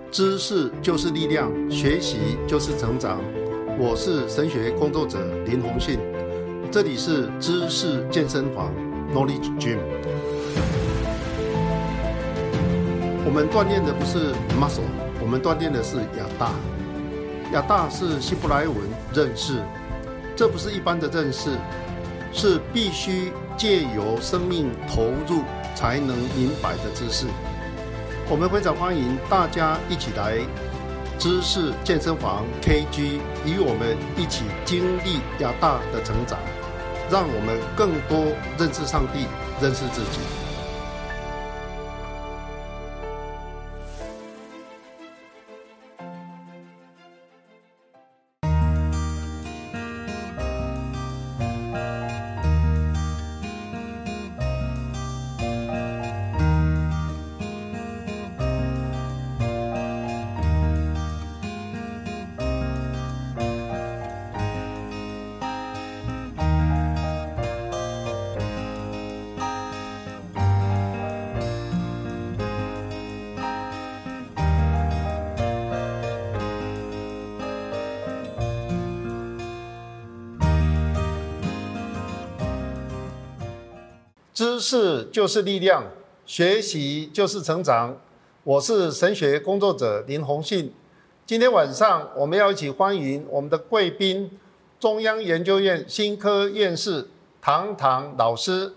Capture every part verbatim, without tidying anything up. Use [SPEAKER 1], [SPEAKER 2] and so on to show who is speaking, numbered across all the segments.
[SPEAKER 1] 知识就是力量，学习就是成长。我是神学工作者林鸿信，这里是知识健身房 Knowledge Gym。我们锻炼的不是 muscle， 我们锻炼的是亚大。亚大是希伯来文认识，这不是一般的认识，是必须借由生命投入才能明白的知识。我们非常欢迎大家一起来知识健身房 K G， 与我们一起经历亚大的成长，让我们更多认识上帝，认识自己。知识就是力量，学习就是成长。我是神学工作者林鸿信。今天晚上我们要一起欢迎我们的贵宾，中央研究院新科院士唐唐老师。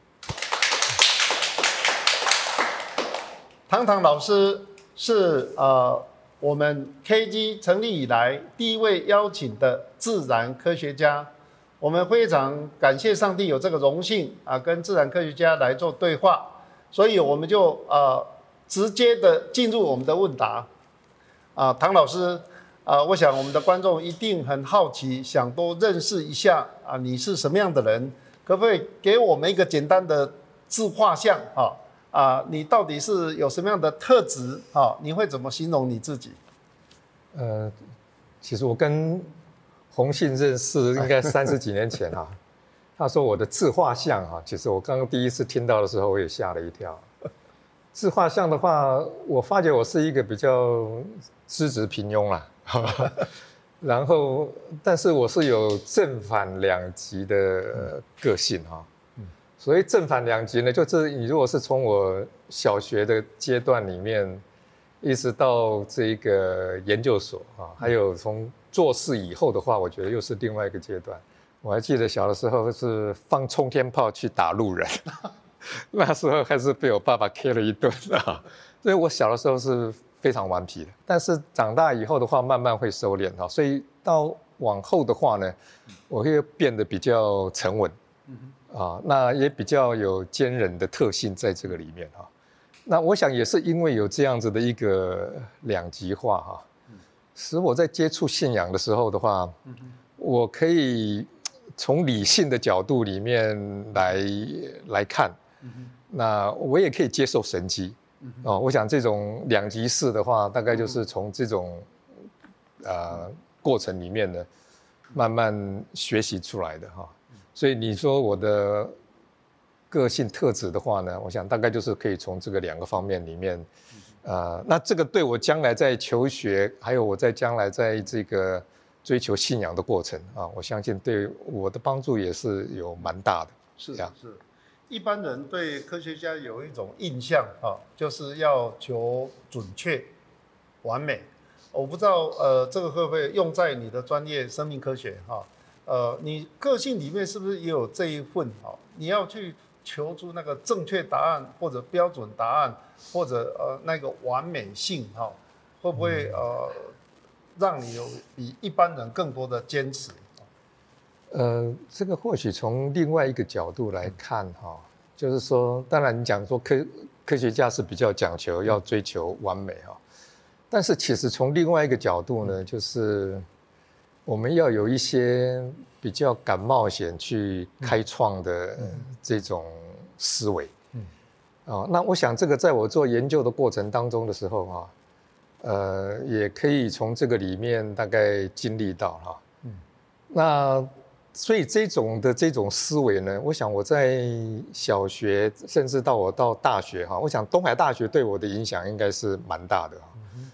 [SPEAKER 1] 唐唐老师是呃我们 K G 成立以来第一位邀请的自然科学家。我们非常感谢上帝有这个荣幸啊，跟自然科学家来做对话，所以我们就呃直接的进入我们的问答啊，唐老师啊，我想我们的观众一定很好奇，想多认识一下啊，你是什么样的人？可不可以给我们一个简单的自画像啊？啊，你到底是有什么样的特质啊？你会怎么形容你自己？
[SPEAKER 2] 呃，其实我跟鸿信认识应该三十几年前哈、啊，他说我的自画像哈、啊，其实我刚刚第一次听到的时候，我也吓了一跳。自画像的话，我发觉我是一个比较资质平庸啦，然后但是我是有正反两极的个性哈、啊。所以正反两极呢，就是你如果是从我小学的阶段里面，一直到这个研究所啊，还有从做事以后的话，我觉得又是另外一个阶段。我还记得小的时候是放冲天炮去打路人，那时候还是被我爸爸 K 了一顿啊。所以我小的时候是非常顽皮的，但是长大以后的话，慢慢会收敛哈。所以到往后的话呢，我会变得比较沉稳啊，那也比较有坚韧的特性在这个里面哈。那我想也是因为有这样子的一个两极化哈。使我在接触信仰的时候的话，我可以从理性的角度里面来来看，那我也可以接受神迹哦。我想这种两极式的话，大概就是从这种呃过程里面呢，慢慢学习出来的哈。所以你说我的个性特质的话呢，我想大概就是可以从这个两个方面里面。呃，那这个对我将来在求学，还有我在将来在这个追求信仰的过程啊，我相信对我的帮助也是有蛮大的。
[SPEAKER 1] 是是，一般人对科学家有一种印象啊，就是要求准确、完美。我不知道呃，这个会不会用在你的专业生命科学哈？呃，你个性里面是不是也有这一份啊？你要去求出那个正确答案或者标准答案，或者呃那个完美性哈、哦，会不会呃让你有比一般人更多的坚持？
[SPEAKER 2] 呃，这个或许从另外一个角度来看哈、哦，就是说，当然你讲说科科学家是比较讲求要追求完美哈、哦，但是其实从另外一个角度呢，就是我们要有一些比较敢冒险去开创的这种思维，嗯，哦，那我想这个在我做研究的过程当中的时候啊，呃，也可以从这个里面大概经历到哈，嗯，那所以这种的这种思维呢，我想我在小学甚至到我到大学哈，我想东海大学对我的影响应该是蛮大的哈。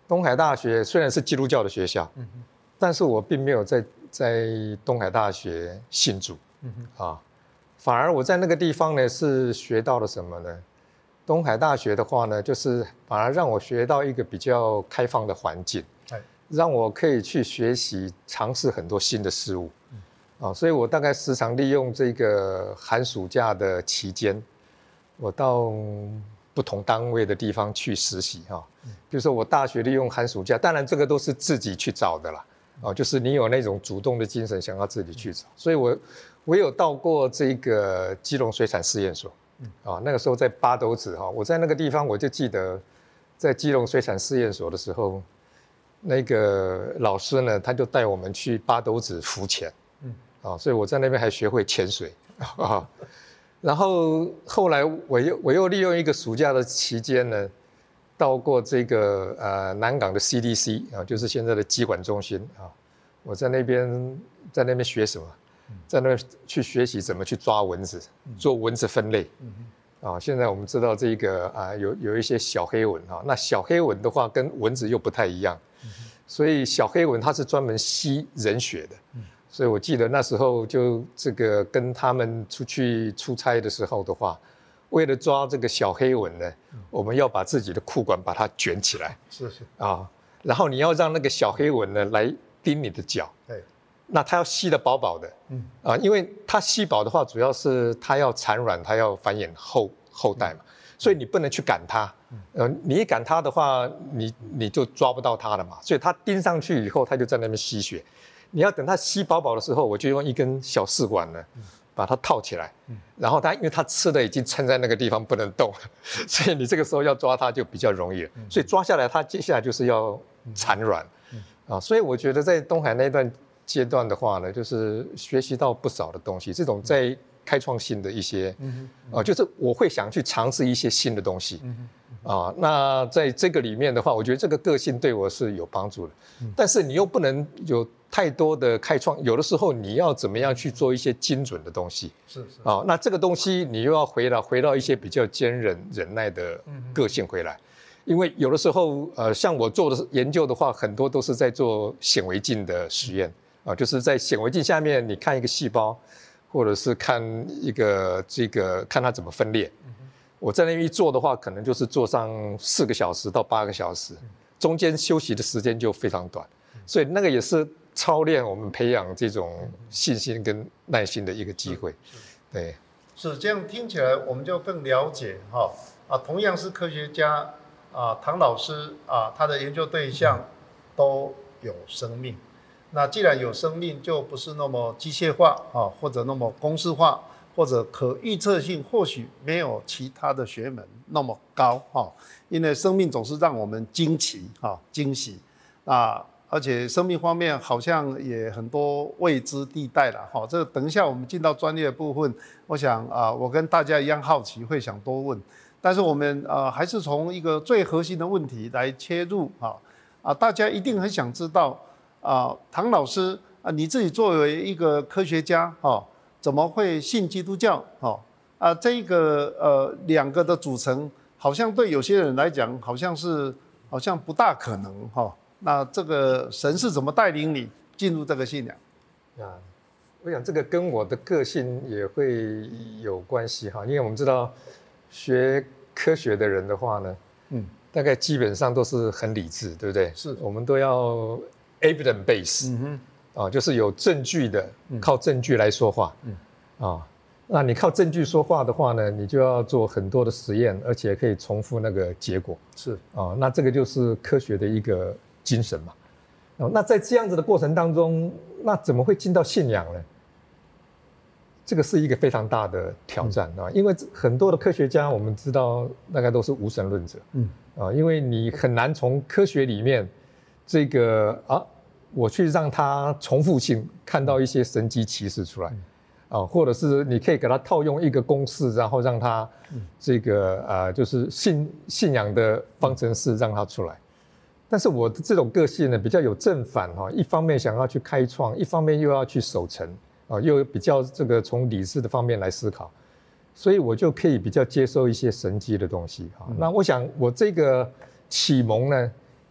[SPEAKER 2] 东海大学虽然是基督教的学校，嗯、但是我并没有在在东海大学信主，嗯、啊，反而我在那个地方呢是学到了什么呢？东海大学的话呢，就是反而让我学到一个比较开放的环境，让我可以去学习、尝试很多新的事物，啊，所以我大概时常利用这个寒暑假的期间，我到不同单位的地方去实习哈。比如说我大学利用寒暑假，当然这个都是自己去找的啦，啊，就是你有那种主动的精神，想要自己去找。所以我我有到过这个基隆水产试验所。啊，那个时候在八斗子哈，我在那个地方我就记得，在基隆水产试验所的时候，那个老师呢，他就带我们去八斗子浮潜，嗯，啊，所以我在那边还学会潜水啊。然后后来我又我又利用一个暑假的期间呢，到过这个呃南港的 C D C 啊，就是现在的机管中心啊，我在那边在那边学什么？在那去学习怎么去抓蚊子，做蚊子分类。啊，现在我们知道这个啊，有有一些小黑蚊啊，那小黑蚊的话跟蚊子又不太一样，所以小黑蚊它是专门吸人血的。所以我记得那时候就这个跟他们出去出差的时候的话，为了抓这个小黑蚊呢，我们要把自己的裤管把它卷起来，
[SPEAKER 1] 是是
[SPEAKER 2] 啊，然后你要让那个小黑蚊呢来叮你的脚。对。那它要吸得饱饱的，嗯啊，因为它吸饱的话，主要是它要产卵，它要繁衍后后代嘛，所以你不能去赶它，呃，你一赶它的话，你你就抓不到它了嘛，所以它盯上去以后，它就在那边吸血。你要等它吸饱饱的时候，我就用一根小试管呢，把它套起来，然后它因为它吃的已经撑在那个地方不能动了，所以你这个时候要抓它就比较容易了。所以抓下来，它接下来就是要产卵，啊，所以我觉得在东海那段阶段的话呢，就是学习到不少的东西，这种在开创性的一些，嗯啊，就是我会想去尝试一些新的东西，嗯啊，那在这个里面的话，我觉得这个个性对我是有帮助的，嗯、但是你又不能有太多的开创，有的时候你要怎么样去做一些精准的东西，是是啊，那这个东西你又要回到回到一些比较坚韧忍耐的个性回来。因为有的时候，呃，像我做的研究的话，很多都是在做显微镜的实验。啊，就是在显微镜下面，你看一个细胞，或者是看一个这个看它怎么分裂。我在那边一做的话，可能就是做上四个小时到八个小时，中间休息的时间就非常短，所以那个也是操练我们培养这种信心跟耐心的一个机会。对，
[SPEAKER 1] 是这样听起来我们就更了解哈啊，同样是科学家啊，唐老师啊，他的研究对象都有生命。那既然有生命，就不是那么机械化啊，或者那么公式化，或者可预测性或许没有其他的学门那么高哈。因为生命总是让我们惊奇哈、惊喜啊，而且生命方面好像也很多未知地带了哈。这等一下我们进到专业的部分，我想啊，我跟大家一样好奇，会想多问。但是我们呃还是从一个最核心的问题来切入哈啊，大家一定很想知道。啊，唐老师啊，你自己作为一个科学家，哈、哦，怎么会信基督教？哈、哦、啊，这个呃两个的组成，好像对有些人来讲，好像是好像不大可能，哈、哦。那这个神是怎么带领你进入这个信仰？
[SPEAKER 2] 啊，我想这个跟我的个性也会有关系哈，因为我们知道学科学的人的话呢，嗯，大概基本上都是很理智，对不对？是，我们都要。evidence base， 嗯哼，啊，就是有证据的，靠证据来说话，嗯，啊，那你靠证据说话的话呢，你就要做很多的实验，而且可以重复那个结果，是，啊，那这个就是科学的一个精神嘛，啊，那在这样子的过程当中，那怎么会进到信仰呢？这个是一个非常大的挑战啊，因为很多的科学家我们知道大概都是无神论者，嗯，啊，因为你很难从科学里面。这个啊，我去让它重复性看到一些神迹奇事出来，啊，或者是你可以给它套用一个公式，然后让它这个啊，就是信信仰的方程式让它出来。但是我的这种个性呢，比较有正反哈，一方面想要去开创，一方面又要去守成啊，又比较这个从理智的方面来思考，所以我就可以比较接受一些神迹的东西哈。那我想我这个启蒙呢。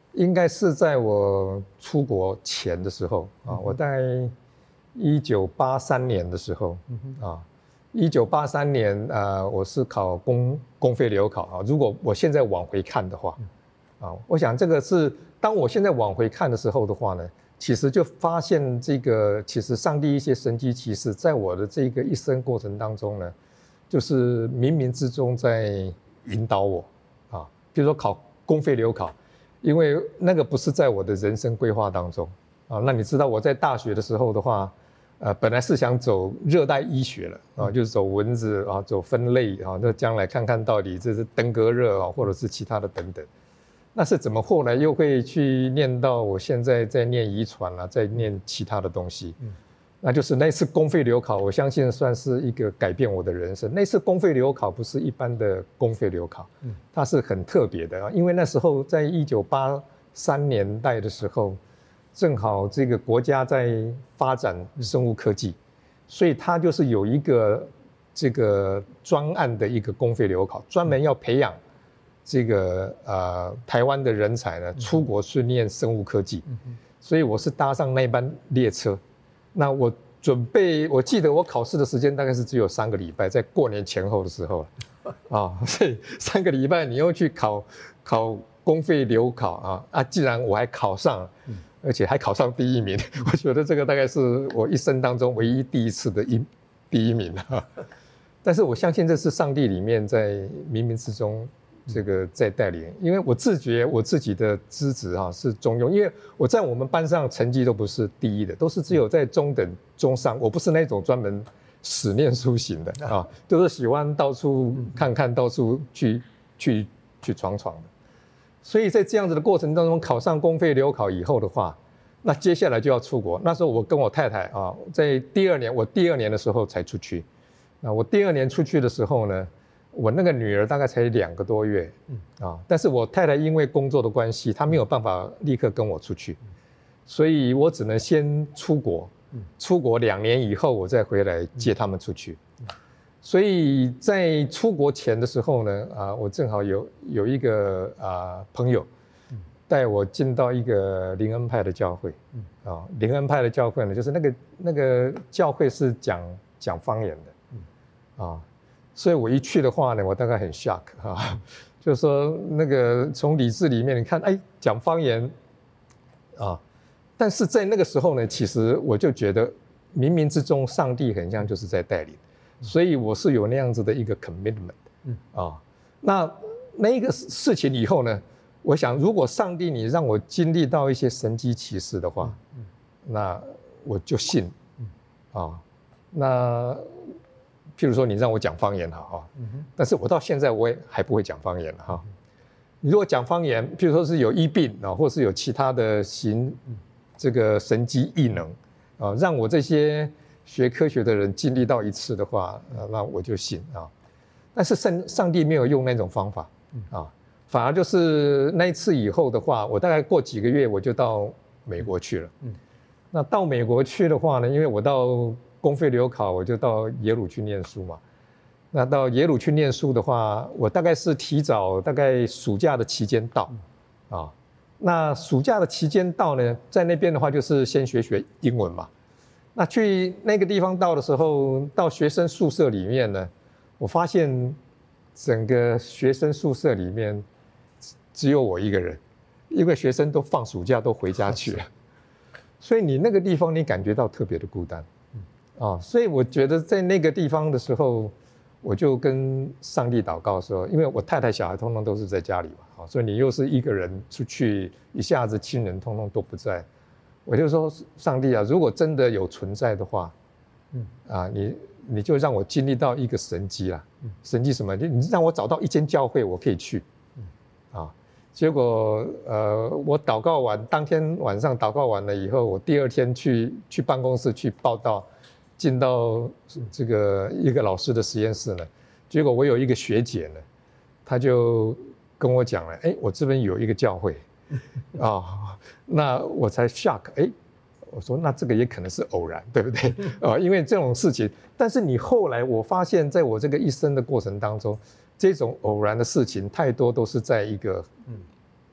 [SPEAKER 2] 应该是在我出国前的时候啊，我大概一九八三年的时候啊，一九八三年呃，我是考公公费留考啊。如果我现在往回看的话，啊，我想这个是当我现在往回看的时候的话呢，其实就发现这个其实上帝一些神迹奇事，在我的这个一生过程当中呢，就是冥冥之中在引导我啊。比如说考公费留考。因为那个不是在我的人生规划当中啊。那你知道我在大学的时候的话，呃，本来是想走热带医学了啊，就是走蚊子啊，走分类啊，那将来看看到底这是登革热啊，或者是其他的等等。那是怎么后来又会去念到我现在在念遗传啦，在念其他的东西？嗯，那就是那次公费留考，我相信算是一个改变我的人生。那次公费留考不是一般的公费留考，嗯，它是很特别的啊，因为那时候在一九八三年代的时候，正好这个国家在发展生物科技，所以它就是有一个这个专案的一个公费留考，专门要培养这个呃台湾的人才呢，出国去念生物科技，所以我是搭上那班列车。那我准备，我记得我考试的时间大概是只有三个礼拜，在过年前后的时候啊，所以三个礼拜你又去考考公费留考啊啊！既然我还考上，而且还考上第一名，我觉得这个大概是我一生当中唯一第一次的一第一名啊。但是我相信这是上帝里面在冥冥之中。这个在带领，因为我自觉我自己的资质啊是中庸，因为我在我们班上成绩都不是第一的，都是只有在中等中上，我不是那种专门死念书型的啊，都是喜欢到处看看，到处去去去闯闯的。所以在这样子的过程当中，考上公费留考以后的话，那接下来就要出国。那时候我跟我太太啊，在第二年，我第二年的时候才出去。那我第二年出去的时候呢？我那个女儿大概才两个多月，嗯啊，但是我太太因为工作的关系，她没有办法立刻跟我出去，所以我只能先出国，出国两年以后我再回来接他们出去。所以在出国前的时候呢，啊，我正好有有一个啊朋友带我进到一个灵恩派的教会，啊，灵恩派的教会呢，就是那个那个教会是讲讲方言的，啊。所以我一去的话呢，我大概很 shock 啊，就是说那个从理智里面你看，哎，讲方言啊，但是在那个时候呢，其实我就觉得冥冥之中上帝很像就是在带领，所以我是有那样子的一个 commitment， 嗯啊，那那一个事情以后呢，我想如果上帝你让我经历到一些神迹奇事的话，那我就信，啊，那。譬如说，你让我讲方言哈，嗯、但是我到现在我也还不会讲方言哈。你如果讲方言，譬如说是有医病啊，或是有其他的行这个神迹异能啊，让我这些学科学的人经历到一次的话，那我就信啊。但是上上帝没有用那种方法啊，反而就是那一次以后的话，我大概过几个月我就到美国去了。嗯、那到美国去的话呢，因为我到公费留考，我就到耶鲁去念书嘛。那到耶鲁去念书的话，我大概是提早大概暑假的期间到，啊，那暑假的期间到呢，在那边的话就是先学学英文嘛。那去那个地方到的时候，到学生宿舍里面呢，我发现整个学生宿舍里面只有我一个人，因为学生都放暑假都回家去了，所以你那个地方你感觉到特别的孤单。啊，所以我觉得在那个地方的时候，我就跟上帝祷告说，因为我太太小孩通通都是在家里嘛，啊，所以你又是一个人出去，一下子亲人通通都不在，我就说上帝啊，如果真的有存在的话，嗯啊，你你就让我经历到一个神迹啦，神迹什么？你让我找到一间教会我可以去，啊，结果呃，我祷告完当天晚上祷告完了以后，我第二天去去办公室去报到。进到这个一个老师的实验室呢，结果我有一个学姐呢，她就跟我讲了，哎，我这边有一个教会，啊，那我才 shock， 哎，我说那这个也可能是偶然，对不对？啊，因为这种事情，但是你后来我发现，在我这个一生的过程当中，这种偶然的事情太多都是在一个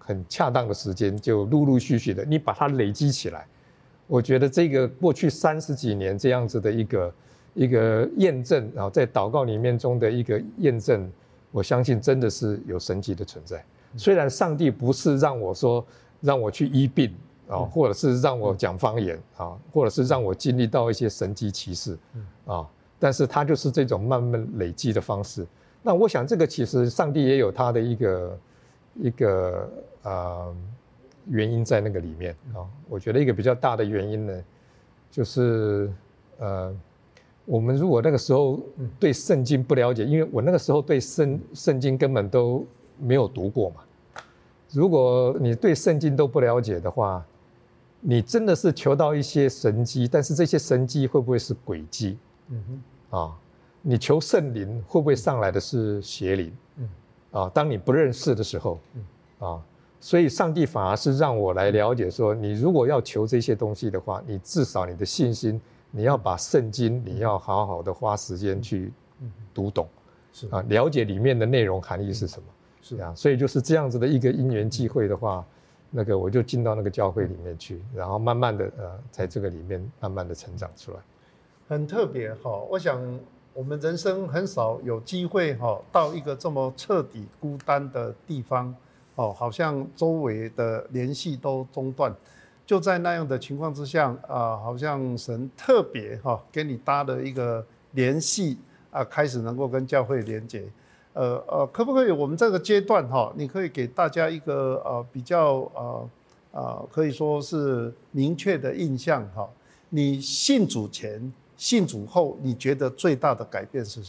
[SPEAKER 2] 很恰当的时间，就陆陆续续的，你把它累积起来。我觉得这个过去三十几年这样子的一个一个验证啊，在祷告里面中的一个验证，我相信真的是有神迹的存在。虽然上帝不是让我说让我去医病啊，或者是让我讲方言啊，或者是让我经历到一些神迹奇事啊，但是它就是这种慢慢累积的方式。那我想这个其实上帝也有他的一个一个呃原因在那个里面啊。我觉得一个比较大的原因呢，就是呃。我们如果那个时候对圣经不了解，因为我那个时候对圣圣经根本都没有读过嘛。如果你对圣经都不了解的话，你真的是求到一些神迹，但是这些神迹会不会是诡计？嗯哼，啊，你求圣灵会不会上来的是邪灵？嗯，啊，当你不认识的时候，嗯，啊，所以上帝反而是让我来了解说，你如果要求这些东西的话，你至少你的信心。你要把圣经，你要好好的花时间去读懂，是啊，了解里面的内容含义是什么，是啊，所以就是这样子的一个因缘际会的话，那个我就进到那个教会里面去，然后慢慢的呃，在这个里面慢慢的成长出来，
[SPEAKER 1] 很特别哈。我想我们人生很少有机会哈，到一个这么彻底孤单的地方，哦，好像周围的联系都中断。就在那样的情况之下，啊、呃，好像神特别哈、哦、给你搭了一个联系啊、呃，开始能够跟教会连接，呃呃，可不可以我们这个阶段哈、哦，你可以给大家一个呃比较呃呃可以说是明确的印象哈、哦？你信主前、信主后，你觉得最大的改变是什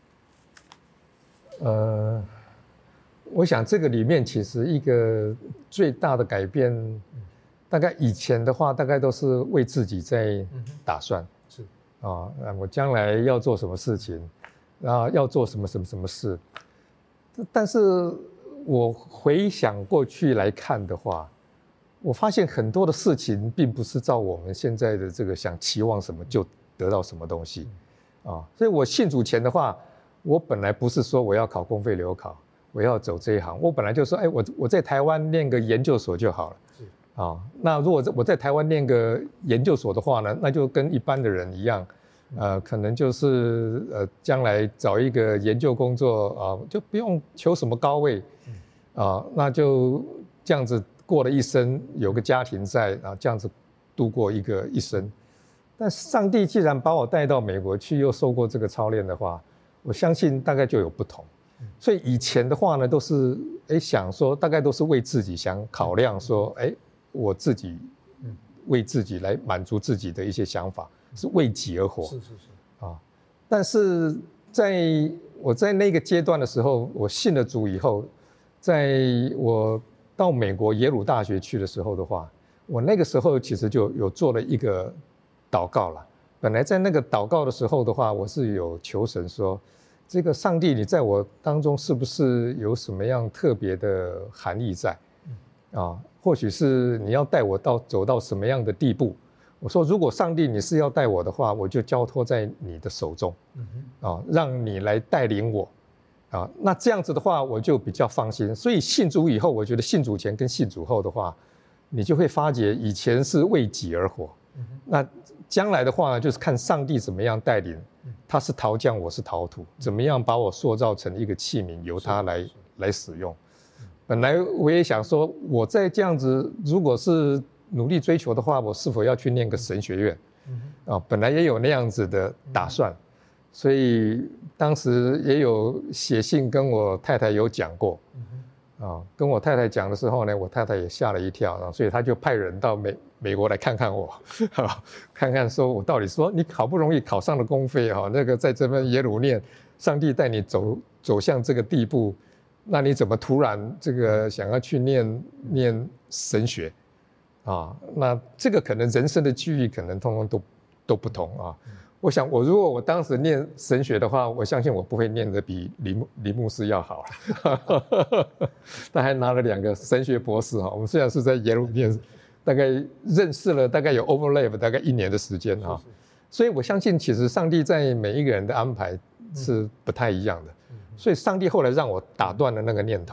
[SPEAKER 2] 么？呃，我想这个里面其实一个最大的改变。大概以前的话，大概都是为自己在打算，嗯、是啊，我将来要做什么事情，然后要做什么什么什么事。但是我回想过去来看的话，我发现很多的事情并不是照我们现在的这个想期望什么就得到什么东西，啊，所以我信主前的话，我本来不是说我要考公费留考，我要走这一行，我本来就说，哎，我我在台湾念个研究所就好了。啊，那如果我在台湾念个研究所的话呢，那就跟一般的人一样，呃，可能就是呃，将来找一个研究工作啊，就不用求什么高位，啊，那就这样子过了一生，有个家庭在啊，这样子度过一个一生。但上帝既然把我带到美国去，又受过这个操练的话，我相信大概就有不同。所以以前的话呢，都是哎想说，大概都是为自己想考量说，哎。我自己为自己来满足自己的一些想法，是为己而活。是是是啊，但是在我在那个阶段的时候，我信了主以后，在我到美国耶鲁大学去的时候的话，我那个时候其实就有做了一个祷告了。本来在那个祷告的时候的话，我是有求神说，这个上帝你在我当中是不是有什么样特别的含义在？啊，或许是你要带我到走到什么样的地步？我说，如果上帝你是要带我的话，我就交托在你的手中，啊，让你来带领我，啊，那这样子的话，我就比较放心。所以信主以后，我觉得信主前跟信主后的话，你就会发觉以前是为己而活，那将来的话呢，就是看上帝怎么样带领，他是陶匠，我是陶土，怎么样把我塑造成一个器皿，由他来来使用。本来我也想说，我在这样子，如果是努力追求的话，我是否要去念个神学院？啊，本来也有那样子的打算，所以当时也有写信跟我太太有讲过。啊，跟我太太讲的时候呢，我太太也吓了一跳，然后所以她就派人到美美国来看看我，看看说我到底说你好不容易考上了公费哈，那个在这边耶鲁念，上帝带你走走向这个地步。那你怎么突然这个想要去念念神学啊？那这个可能人生的际遇可能通通都都不同啊。我想我如果我当时念神学的话，我相信我不会念得比李牧李牧师要好了。他还拿了两个神学博士哈。我们虽然是在耶鲁念，大概认识了大概有 overlap 大概一年的时间哈。所以我相信其实上帝在每一个人的安排是不太一样的。所以上帝后来让我打断了那个念头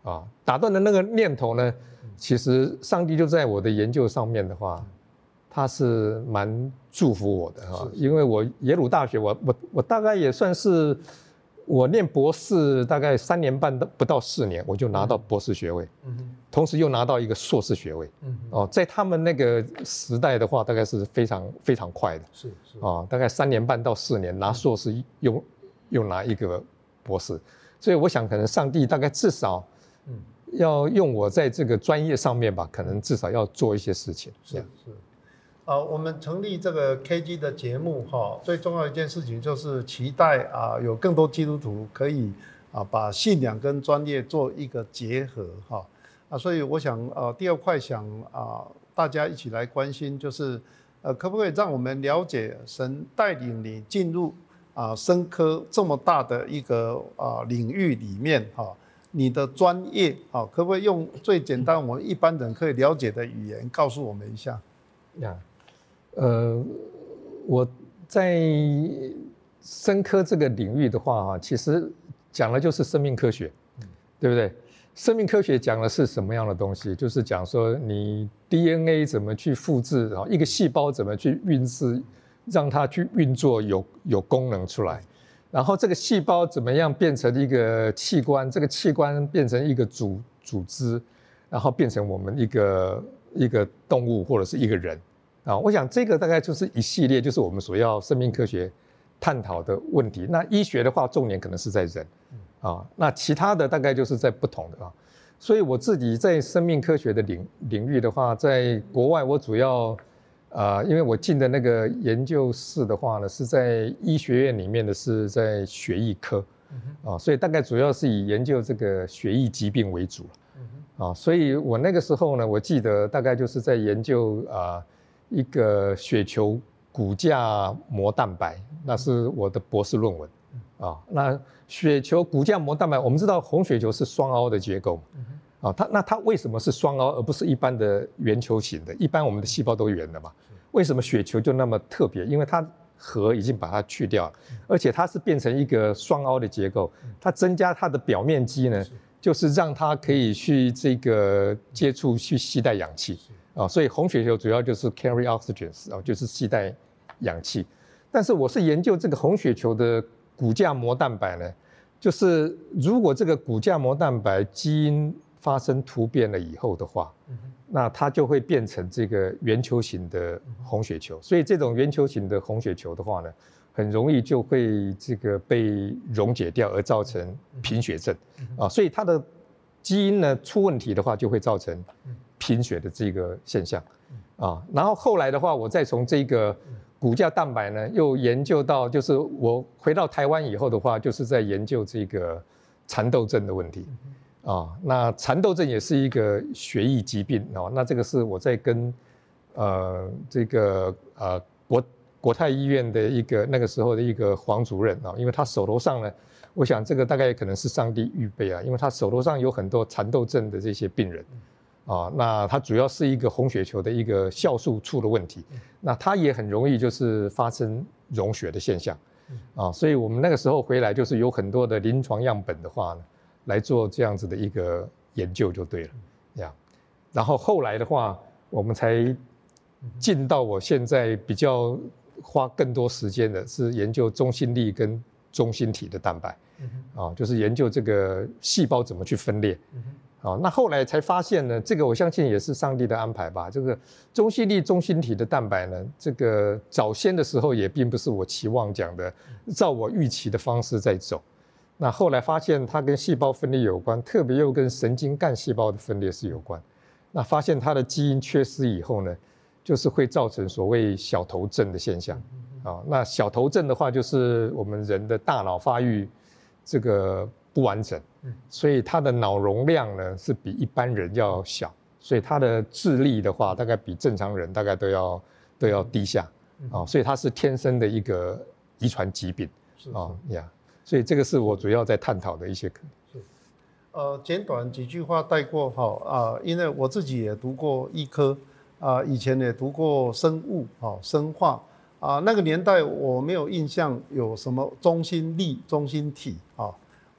[SPEAKER 2] 啊，打断的那个念头呢，其实上帝就在我的研究上面的话，他是蛮祝福我的哈，因为我耶鲁大学我我我大概也算是我念博士大概三年半不到四年，我就拿到博士学位，嗯哼，同时又拿到一个硕士学位，嗯哦，在他们那个时代的话，大概是非常非常快的，
[SPEAKER 1] 是是
[SPEAKER 2] 啊，大概三年半到四年拿硕士又又拿一个博士，所以我想可能上帝大概至少，嗯，要用我在这个专业上面吧，可能至少要做一些事情，
[SPEAKER 1] 是是。啊，我们成立这个 K G 的节目哈，最重要的一件事情就是期待啊，有更多基督徒可以啊把信仰跟专业做一个结合哈啊，所以我想呃第二块想啊大家一起来关心就是呃可不可以让我们了解神带领你进入啊生科这么大的一个啊领域里面哈，你的专业啊可不可以用最简单我们一般人可以了解的语言告诉我们一下？
[SPEAKER 2] 呀。呃，我在生科这个领域的话，哈，其实讲的就是生命科学，对不对？生命科学讲的是什么样的东西？就是讲说你 D N A 怎么去复制，一个细胞怎么去运制，让它去运作有有功能出来，然后这个细胞怎么样变成一个器官，这个器官变成一个组组织，然后变成我们一个一个动物或者是一个人。啊，我想这个大概就是一系列，就是我们所要生命科学探讨的问题。那医学的话，重点可能是在人，啊，那其他的大概就是在不同的啊。所以我自己在生命科学的领领域的话，在国外我主要，呃，因为我进的那个研究室的话呢，是在医学院里面的是在血液科，啊，所以大概主要是以研究这个血液疾病为主，啊，所以我那个时候呢，我记得大概就是在研究啊。一个血球骨架膜蛋白，那是我的博士论文啊。那血球骨架膜蛋白，我们知道红血球是双凹的结构嘛，啊，它那它为什么是双凹而不是一般的圆球形的？一般我们的细胞都圆的嘛，为什么血球就那么特别？因为它核已经把它去掉了，而且它是变成一个双凹的结构，它增加它的表面积呢，就是让它可以去这个接触去携带氧气。啊，所以红血球主要就是 carry oxygen 啊，就是携带氧气。但是我是研究这个红血球的骨架膜蛋白呢，就是如果这个骨架膜蛋白基因发生突变了以后的话，那它就会变成这个圆球形的红血球。所以这种圆球形的红血球的话呢，很容易就会这个被溶解掉，而造成贫血症啊。所以它的基因呢出问题的话，就会造成贫血的这个现象，啊，然后后来的话，我再从这个骨架蛋白呢，又研究到，就是我回到台湾以后的话，就是在研究这个蚕豆症的问题，啊，那蚕豆症也是一个血液疾病啊，那这个是我在跟呃这个呃国国泰医院的一个那个时候的一个黄主任啊，因为他手头上呢，我想这个大概可能是上帝预备啊，因为他手头上有很多蚕豆症的这些病人。啊，那它主要是一个红血球的一个酵素处的问题，那它也很容易就是发生溶血的现象，啊，所以我们那个时候回来就是有很多的临床样本的话呢，来做这样子的一个研究就对了，呀，然后后来的话，我们才进到我现在比较花更多时间的是研究中心粒跟中心体的蛋白，啊，就是研究这个细胞怎么去分裂。好，那后来才发现呢，这个我相信也是上帝的安排吧。这个中心粒中心体的蛋白呢，这个早先的时候也并不是我期望讲的，照我预期的方式在走。那后来发现它跟细胞分裂有关，特别又跟神经干细胞的分裂是有关。那发现它的基因缺失以后呢，就是会造成所谓小头症的现象。啊，那小头症的话，就是我们人的大脑发育这个不完整。所以他的脑容量呢是比一般人要小，所以他的智力的话，大概比正常人大概都要都要低下啊，所以他是天生的一个遗传疾病啊呀，所以这个是我主要在探讨的一些课。
[SPEAKER 1] 呃，简短几句话带过哈啊，因为我自己也读过医科啊，以前也读过生物啊、生化啊，那个年代我没有印象有什么中心粒、中心体啊。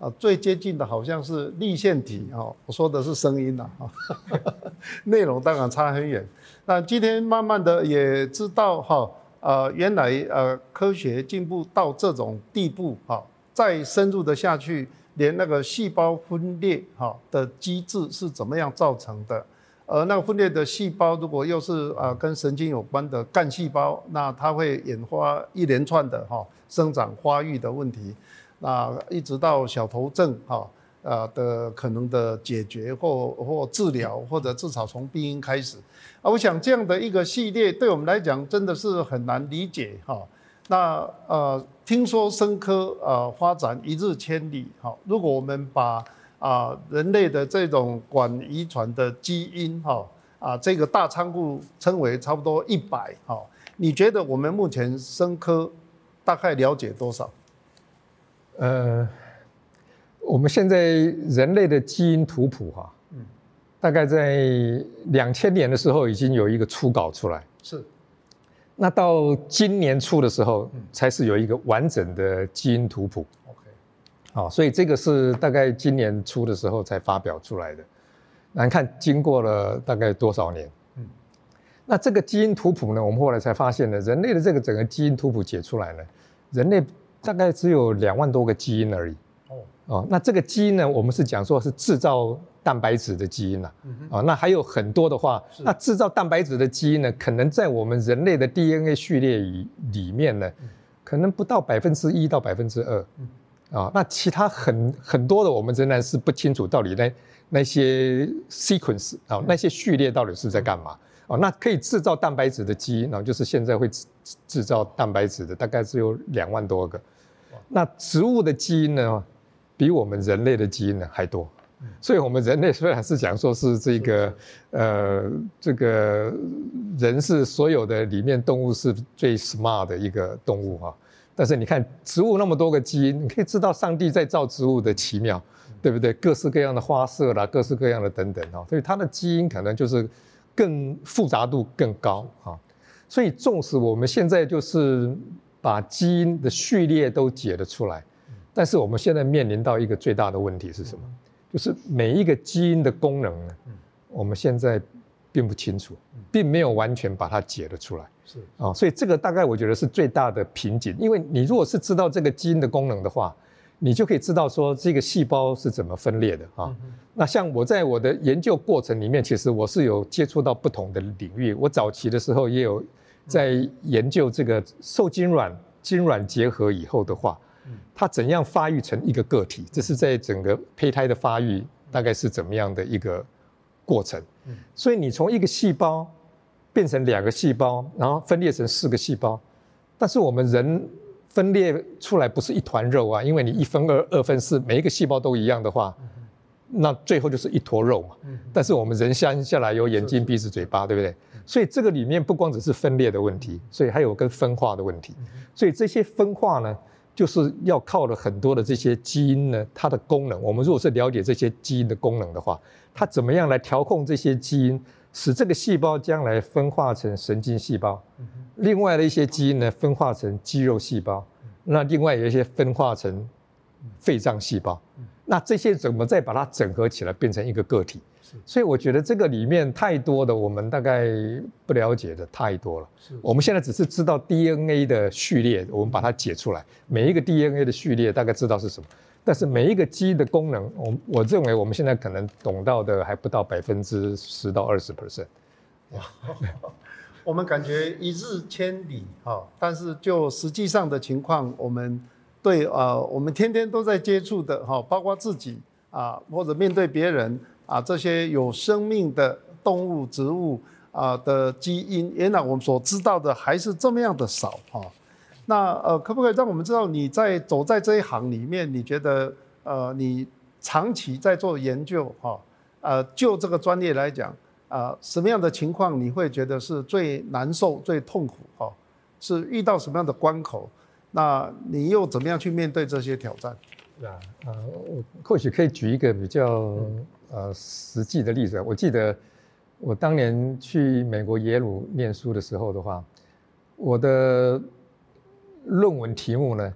[SPEAKER 1] 啊，最接近的好像是粒线体哈，我说的是声音呐哈，内容当然差很远。那今天慢慢的也知道哈，呃，原来呃科学进步到这种地步哈，再深入的下去，连那个细胞分裂哈的机制是怎么样造成的？而那个分裂的细胞如果又是呃跟神经有关的干细胞，那它会引发一连串的哈生长发育的问题。那一直到小头症哈呃的可能的解决或或治疗，或者至少从病因开始啊，我想这样的一个系列对我们来讲真的是很难理解哈。那呃听说生科呃发展一日千里哈，如果我们把啊、呃、人类的这种管遗传的基因哈啊这个大仓库称为差不多一百哈，你觉得我们目前生科大概了解多少？
[SPEAKER 2] 呃，我们现在人类的基因图谱哈、啊，嗯，大概在两千年的时候已经有一个初稿出来，
[SPEAKER 1] 是。
[SPEAKER 2] 那到今年初的时候，才是有一个完整的基因图谱。
[SPEAKER 1] OK，
[SPEAKER 2] 好，所以这个是大概今年初的时候才发表出来的。那你看，经过了大概多少年？嗯，那这个基因图谱呢，我们后来才发现呢，人类的这个整个基因图谱解出来呢，人类大概只有两万多个基因而已。哦，哦，那这个基因呢，我们是讲说是制造蛋白质的基因啦、啊。嗯、哦，那还有很多的话，那制造蛋白质的基因呢，可能在我们人类的 D N A 序列里里面呢，嗯、可能不到百分之一到百分之二。嗯，啊、哦，那其他很很多的，我们仍然是不清楚到底那那些 sequence 啊、哦，那些序列到底是在干嘛。哦，那可以制造蛋白质的基因，然后就是现在会制造蛋白质的，大概只有两万多个。那植物的基因呢，比我们人类的基因呢还多。所以，我们人类虽然是讲说是这个，呃，这个人是所有的里面动物是最 smart 的一个动物哈，但是你看植物那么多个基因，你可以知道上帝在造植物的奇妙，对不对？各式各样的花色啦，各式各样的等等哈，所以它的基因可能就是更复杂度更高哈。所以，纵使我们现在就是把基因的序列都解了出来，但是我们现在面临到一个最大的问题是什么？就是每一个基因的功能呢，我们现在并不清楚，并没有完全把它解了出来。是啊、哦，所以这个大概我觉得是最大的瓶颈。因为你如果是知道这个基因的功能的话，你就可以知道说这个细胞是怎么分裂的啊。嗯、那像我在我的研究过程里面，其实我是有接触到不同的领域。我早期的时候也有在研究这个受精卵、精卵结合以后的话，它怎样发育成一个个体？这是在整个胚胎的发育大概是怎么样的一个过程？所以你从一个细胞变成两个细胞，然后分裂成四个细胞，但是我们人分裂出来不是一团肉啊，因为你一分二、二分四，每一个细胞都一样的话，那最后就是一坨肉嘛。但是我们人下下来有眼睛、鼻子、嘴巴，对不对？所以这个里面不光只是分裂的问题，所以还有跟分化的问题。所以这些分化呢，就是要靠了很多的这些基因呢，它的功能。我们如果是了解这些基因的功能的话，它怎么样来调控这些基因，使这个细胞将来分化成神经细胞，另外的一些基因呢分化成肌肉细胞，那另外有一些分化成肺脏细胞，那这些怎么再把它整合起来变成一个个体？所以我觉得这个里面太多的我们大概不了解的太多了。我们现在只是知道 D N A 的序列，我们把它解出来，每一个 D N A 的序列大概知道是什么，但是每一个基因的功能，我我认为我们现在可能懂到的还不到百分之十到二十 percent。
[SPEAKER 1] 我们感觉一日千里哈，但是就实际上的情况，我们对呃我们天天都在接触的哈，包括自己啊，或者面对别人。啊，这些有生命的动物、植物啊的基因，原来我们所知道的还是这么样的少哈、哦。那呃，可不可以让我们知道你在走在这一行里面，你觉得呃，你长期在做研究哈、哦，呃，就这个专业来讲啊、呃，什么样的情况你会觉得是最难受、最痛苦哈、哦？是遇到什么样的关口？那你又怎么样去面对这些挑战？
[SPEAKER 2] 啊，呃，我或许可以举一个比较。嗯呃，实际的例子，我记得我当年去美国耶鲁念书的时候的话，我的论文题目呢，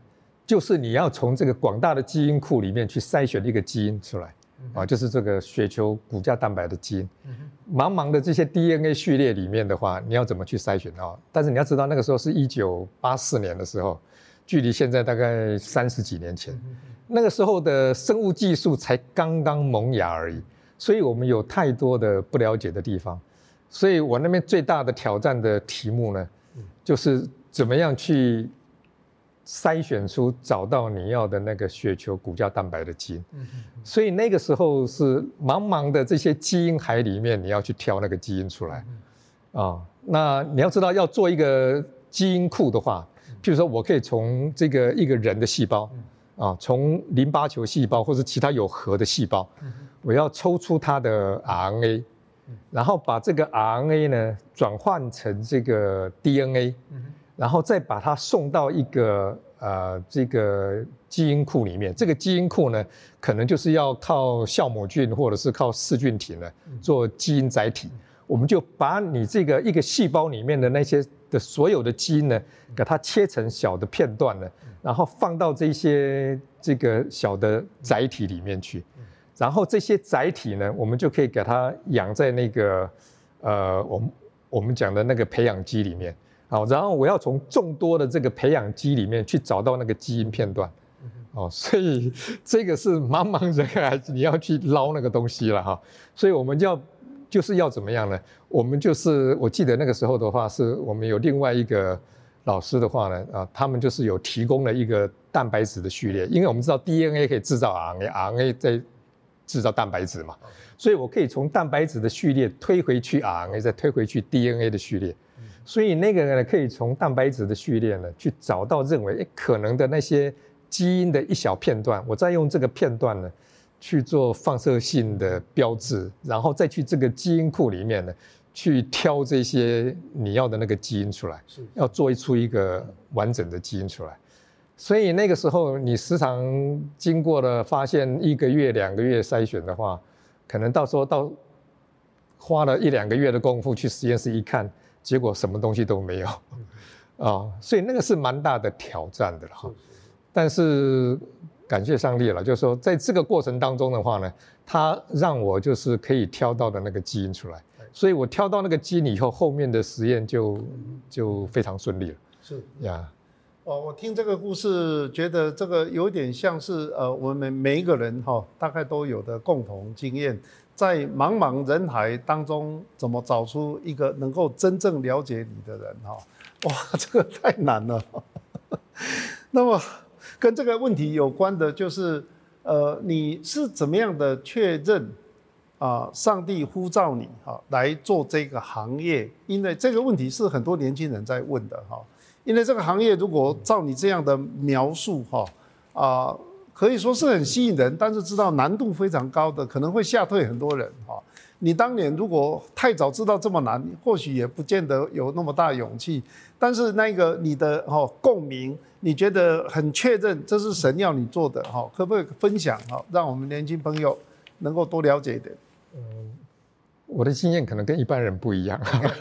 [SPEAKER 2] 就是你要从这个广大的基因库里面去筛选一个基因出来，啊，就是这个血球骨架蛋白的基因。茫茫的这些 D N A 序列里面的话，你要怎么去筛选啊？但是你要知道，那个时候是一九八四年的时候，距离现在大概三十几年前，那个时候的生物技术才刚刚萌芽而已，所以我们有太多的不了解的地方。所以我那边最大的挑战的题目呢，就是怎么样去筛选出找到你要的那个血球骨架蛋白的基因。所以那个时候是茫茫的这些基因海里面，你要去挑那个基因出来啊。那你要知道，要做一个基因库的话，譬如说我可以从这个一个人的细胞啊，从淋巴球细胞或者其他有核的细胞，我要抽出它的 R N A， 然后把这个 R N A 呢转换成这个 D N A， 然后再把它送到一个呃这个基因库里面。这个基因库呢，可能就是要靠酵母菌或者是靠噬菌体呢做基因载体。我们就把你这个一个细胞里面的那些的所有的基因呢，给它切成小的片段呢，然后放到这些这个小的载体里面去。然后这些载体呢，我们就可以给它养在那个呃我们我们讲的那个培养基里面。好，然后我要从众多的这个培养基里面去找到那个基因片段，哦，所以这个是茫茫人海，你要去捞那个东西了哈。所以我们要就是要怎么样呢？我们就是我记得那个时候的话，是我们有另外一个老师的话呢，啊，他们就是有提供了一个蛋白质的序列，因为我们知道 D N A 可以制造 R N A，R N A 在制造蛋白质嘛，所以我可以从蛋白质的序列推回去 R N A， 再推回去 D N A 的序列。所以那个呢，可以从蛋白质的序列呢，去找到认为诶可能的那些基因的一小片段，我再用这个片段呢去做放射性的标志，然后再去这个基因库里面呢去挑这些你要的那个基因出来，要做出一个完整的基因出来。所以那个时候你时常经过了发现一个月两个月筛选的话，可能到时候到花了一两个月的功夫去实验室一看，结果什么东西都没有，啊，所以那个是蛮大的挑战的哈。但是感谢上帝了，就是说在这个过程当中的话呢，他让我就是可以挑到的那个基因出来，所以我挑到那个基因以后，后面的实验就就非常顺利了。
[SPEAKER 1] 是
[SPEAKER 2] 呀，
[SPEAKER 1] 哦，我听这个故事，觉得这个有点像是呃，我们每一个人哈、哦，大概都有的共同经验。在茫茫人海当中，怎么找出一个能够真正了解你的人？哈，哇，这个太难了。那么，跟这个问题有关的就是，呃，你是怎么样的确认啊、呃？上帝呼召你哈来做这个行业？因为这个问题是很多年轻人在问的哈。因为这个行业如果照你这样的描述哈啊。呃可以说是很吸引人，但是知道难度非常高的，可能会吓退很多人哈。你当年如果太早知道这么难，或许也不见得有那么大勇气。但是那个你的哈共鸣，你觉得很确认这是神要你做的哈，可不可以分享哈，让我们年轻朋友能够多了解一点？
[SPEAKER 2] 嗯，我的经验可能跟一般人不一样。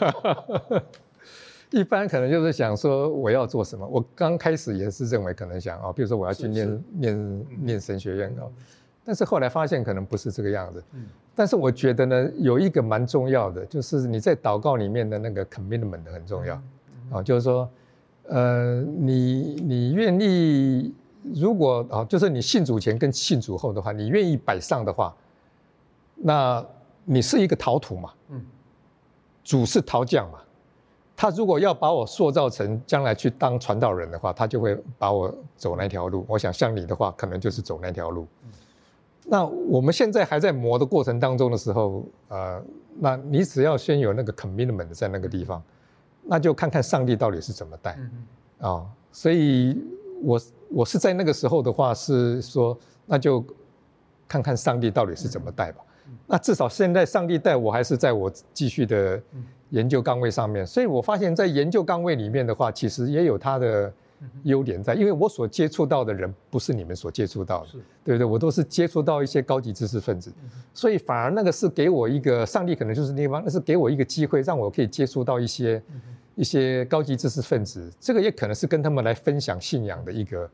[SPEAKER 2] 一般可能就是想说我要做什么，我刚开始也是认为可能想哦，比如说我要去念念念神学院哦，但是后来发现可能不是这个样子。但是我觉得呢，有一个蛮重要的，就是你在祷告里面的那个 commitment 很重要啊，就是说，呃，你你愿意，如果啊，就是你信主前跟信主后的话，你愿意摆上的话，那你是一个陶土嘛，主是陶匠嘛。他如果要把我塑造成将来去当传道人的话，他就会把我走那条路。我想像你的话，可能就是走那条路。嗯、那我们现在还在磨的过程当中的时候，呃，那你只要先有那个 commitment 在那个地方，那就看看上帝到底是怎么带啊、嗯哦。所以我我是在那个时候的话是说，那就看看上帝到底是怎么带吧。嗯、那至少现在上帝带我还是在我继续的。嗯研究岗位上面，所以我发现在研究岗位里面的话，其实也有它的优点在，因为我所接触到的人不是你们所接触到的，对不对？我都是接触到一些高级知识分子，所以反而那个是给我一个上帝可能就是那地方，那是给我一个机会，让我可以接触到一些一些高级知识分子，这个也可能是跟他们来分享信仰的一个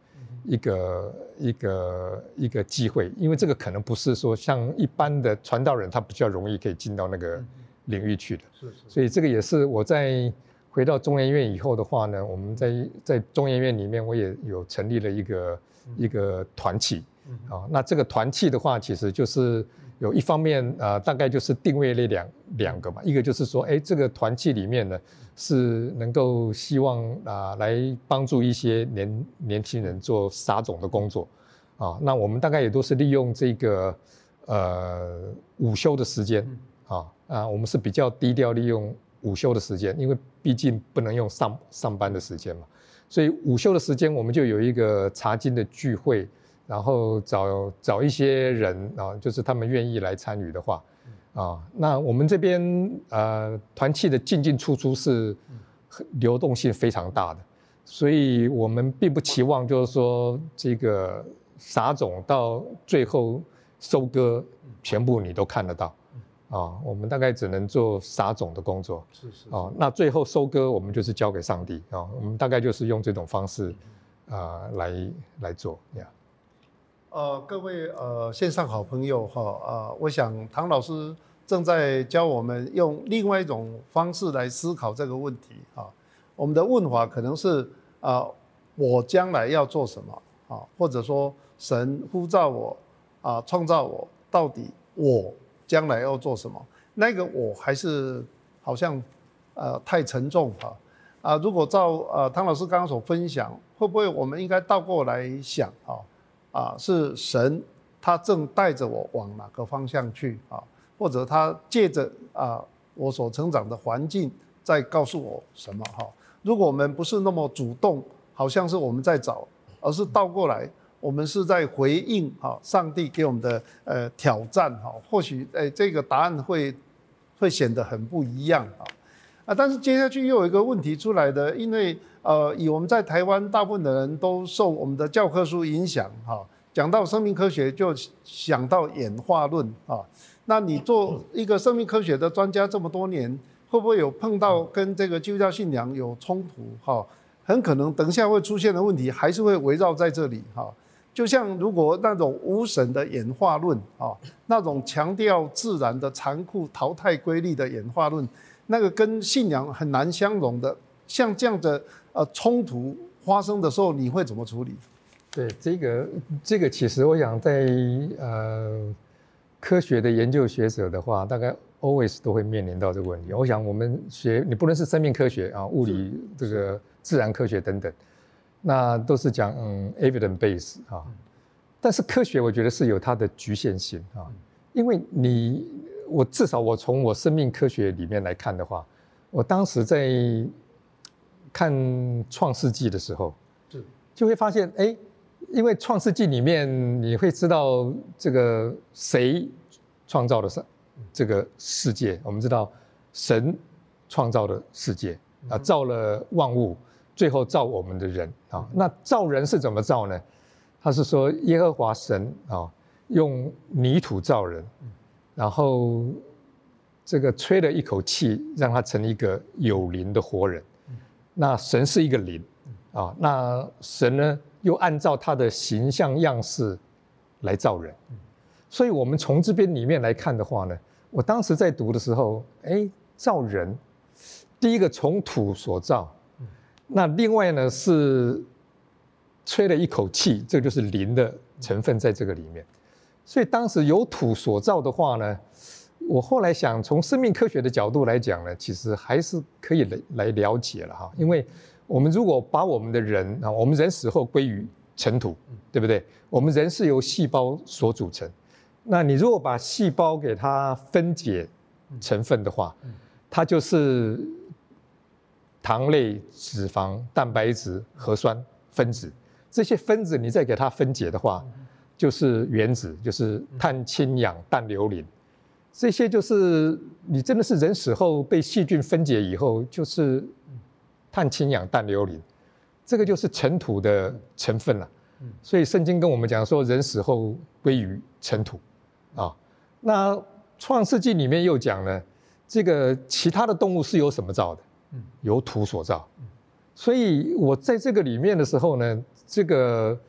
[SPEAKER 2] 一个一个一个机会，因为这个可能不是说像一般的传道人，他比较容易可以进到那个领域去的。
[SPEAKER 1] 是是。
[SPEAKER 2] 所以这个也是我在回到中研院以后的话呢，我们在在中研院里面，我也有成立了一个、嗯、一个团契。嗯、啊，那这个团契的话，其实就是有一方面呃，大概就是定位了两两个嘛，一个就是说，哎，这个团契里面呢是能够希望啊来帮助一些年年轻人做撒种的工作，啊，那我们大概也都是利用这个呃午休的时间，啊啊，我们是比较低调利用午休的时间，因为毕竟不能用上上班的时间嘛，所以午休的时间我们就有一个查经的聚会。然后找找一些人啊，就是他们愿意来参与的话，啊，那我们这边呃团契的进进出出是流动性非常大的，所以我们并不期望就是说这个撒种到最后收割全部你都看得到，啊，我们大概只能做撒种的工作，
[SPEAKER 1] 是是
[SPEAKER 2] 啊，那最后收割我们就是交给上帝啊，我们大概就是用这种方式啊来来做呀。
[SPEAKER 1] 呃，各位呃线上好朋友哈啊、呃，我想唐老师正在教我们用另外一种方式来思考这个问题啊。我们的问法可能是啊、呃，我将来要做什么啊，或者说神呼召我啊，创造我，到底我将来要做什么？那个我还是好像呃太沉重哈啊。如果照呃唐老师刚刚所分享，会不会我们应该倒过来想啊？啊，是神他正带着我往哪个方向去啊？或者他借着啊我所成长的环境在告诉我什么哈？如果我们不是那么主动，好像是我们在找，而是倒过来，我们是在回应哈上帝给我们的呃挑战哈，或许哎这个答案会会显得很不一样啊啊！但是接下去又有一个问题出来的，因为呃，以我们在台湾大部分的人都受我们的教科书影响哈，讲到生命科学就想到演化论啊。那你做一个生命科学的专家这么多年，会不会有碰到跟这个基督教信仰有冲突哈？很可能等一下会出现的问题还是会围绕在这里哈。就像如果那种无神的演化论啊，那种强调自然的残酷淘汰规律的演化论，那个跟信仰很难相容的。像这样的呃冲突发生的时候，你会怎么处理？
[SPEAKER 2] 对，这个这个其实我想在呃科学的研究学者的话，大概 always 都会面临到这个问题。我想我们学，你不论是生命科学啊、物理、这个自然科学等等，那都是讲嗯 evidence base 啊，但是科学我觉得是有它的局限性啊，因为你我至少我从我生命科学里面来看的话，我当时在看创世纪的时候，就会发现，哎，因为创世纪里面你会知道这个谁创造的这个世界，我们知道神创造的世界啊，造了万物，最后造我们的人啊。那造人是怎么造呢？他是说耶和华神啊，用泥土造人，然后这个吹了一口气，让他成一个有灵的活人。那神是一个灵啊，那神呢又按照他的形象样式来造人，所以我们从这边里面来看的话呢，我当时在读的时候，哎，造人，第一个从土所造，那另外呢是吹了一口气，这就是灵的成分在这个里面，所以当时有土所造的话呢，我后来想从生命科学的角度来讲呢，其实还是可以来来了解了哈，因为我们如果把我们的人啊，我们人死后归于尘土，对不对？我们人是由细胞所组成，那你如果把细胞给它分解成分的话，它就是糖类、脂肪、蛋白质、核酸分子，这些分子你再给它分解的话，就是原子，就是碳、氢、氧、氮、硫、磷。这些就是你真的是人死后被细菌分解以后，就是碳、氢、氧、氮、硫、磷，这个就是尘土的成分了。所以圣经跟我们讲说，人死后归于尘土啊。那创世纪里面又讲呢，这个其他的动物是由什么造的？由土所造。所以我在这个里面的时候呢，这个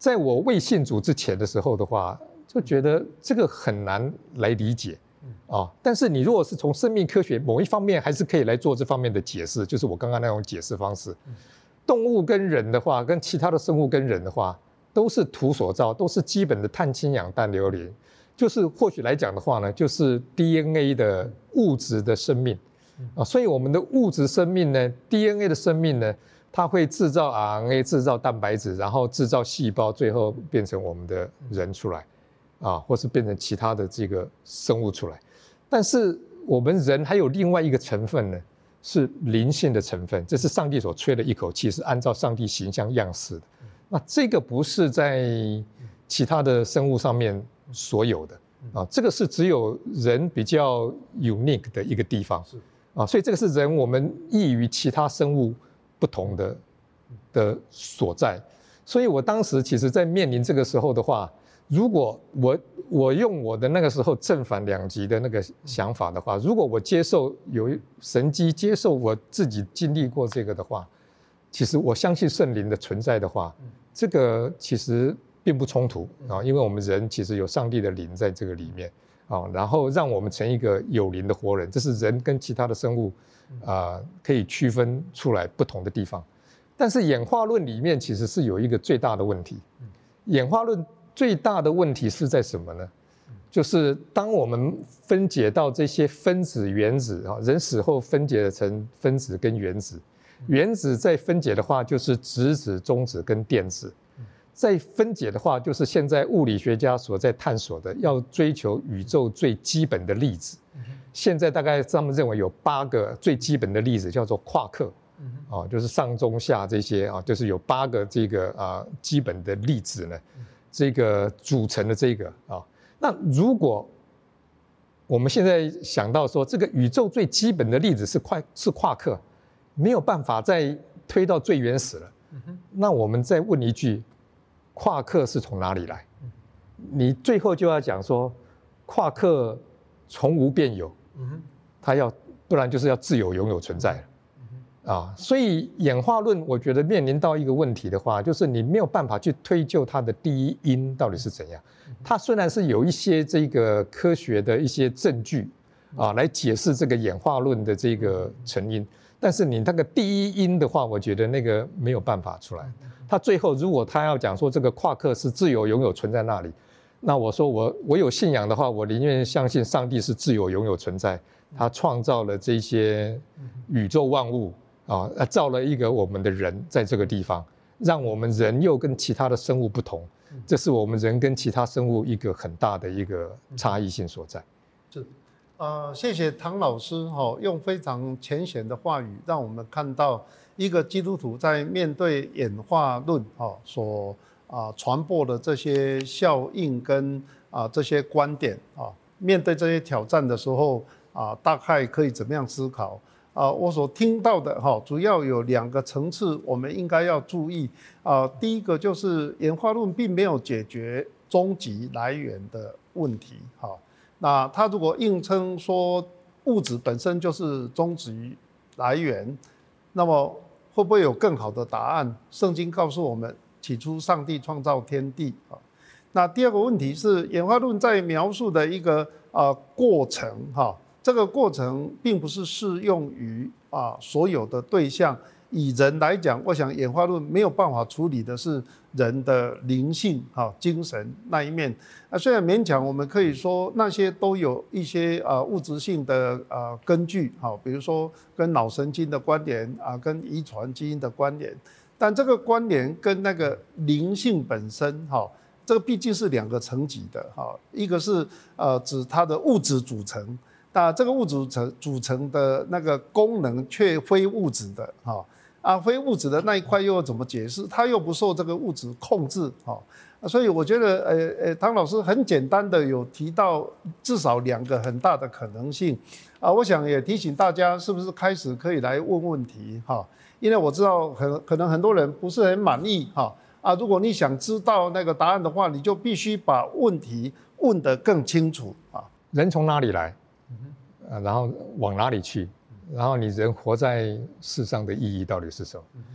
[SPEAKER 2] 在我未信主之前的时候的话，就觉得这个很难来理解。啊，但是你如果是从生命科学某一方面，还是可以来做这方面的解释，就是我刚刚那种解释方式。动物跟人的话，跟其他的生物跟人的话，都是土所造，都是基本的碳、氢、氧、氮、硫、磷。就是或许来讲的话呢，就是 D N A 的物质的生命啊，所以我们的物质生命呢 ，D N A 的生命呢，它会制造 R N A， 制造蛋白质，然后制造细胞，最后变成我们的人出来。啊，或是变成其他的这个生物出来，但是我们人还有另外一个成分呢，是灵性的成分，这是上帝所吹的一口气，是按照上帝形象样式的。那这个不是在其他的生物上面所有的啊，这个是只有人比较 unique 的一个地方啊，所以这个是人我们异于其他生物不同的的所在。所以我当时其实在面临这个时候的话，如果我我用我的那个时候正反两极的那个想法的话，如果我接受有神迹，接受我自己经历过这个的话，其实我相信圣灵的存在的话，这个其实并不冲突啊，因为我们人其实有上帝的灵在这个里面啊，然后让我们成一个有灵的活人，这是人跟其他的生物啊可以区分出来不同的地方。但是演化论里面其实是有一个最大的问题，演化论最大的问题是在什么呢？就是当我们分解到这些分子、原子啊，人死后分解成分子跟原子，原子再分解的话就是质子、中子跟电子，再分解的话就是现在物理学家所在探索的，要追求宇宙最基本的粒子。现在大概他们认为有八个最基本的粒子，叫做夸克。啊，就是上中下这些啊，就是有八个这个啊基本的粒子呢，这个组成的这个啊。那如果我们现在想到说，这个宇宙最基本的粒子是夸是夸克，没有办法再推到最原始了，那我们再问一句，夸克是从哪里来？你最后就要讲说，夸克从无变有，它要不然就是要自有拥有存在了。啊，所以演化论我觉得面临到一个问题的话，就是你没有办法去推究它的第一因到底是怎样。它虽然是有一些这个科学的一些证据啊，来解释这个演化论的这个成因，但是你那个第一因的话，我觉得那个没有办法出来。他最后如果他要讲说这个夸克是自由拥有存在那里，那我说我我有信仰的话，我宁愿相信上帝是自由拥有存在，他创造了这些宇宙万物。啊，造了一个我们的人在这个地方，让我们人又跟其他的生物不同，这是我们人跟其他生物一个很大的一个差异性所在。
[SPEAKER 1] 是，呃，谢谢唐老师哈、哦，用非常浅显的话语，让我们看到一个基督徒在面对演化论哈、哦、所啊传播的这些效应跟啊这些观点啊，面对这些挑战的时候啊，大概可以怎么样思考？啊，我所听到的哈，主要有两个层次，我们应该要注意啊。第一个就是演化论并没有解决终极来源的问题，哈。那它如果硬称说物质本身就是终极来源，那么会不会有更好的答案？圣经告诉我们，起初上帝创造天地啊。那第二个问题是，演化论在描述的一个啊过程哈。这个过程并不是适用于啊所有的对象。以人来讲，我想演化论没有办法处理的是人的灵性、哈精神那一面。啊，虽然勉强我们可以说那些都有一些啊物质性的啊根据，哈，比如说跟脑神经的关联啊，跟遗传基因的关联，但这个关联跟那个灵性本身，哈。这个毕竟是两个层级的，哈，一个是呃指它的物质组成。那这个物质成组成的那个功能却非物质的哈啊，非物质的那一块又怎么解释？它又不受这个物质控制哈，所以我觉得呃呃，唐老师很简单的有提到至少两个很大的可能性啊，我想也提醒大家是不是开始可以来问问题哈，因为我知道很可能很多人不是很满意哈啊，如果你想知道那个答案的话，你就必须把问题问得更清楚啊。
[SPEAKER 2] 人从哪里来？然后往哪里去？然后你人活在世上的意义到底是什么？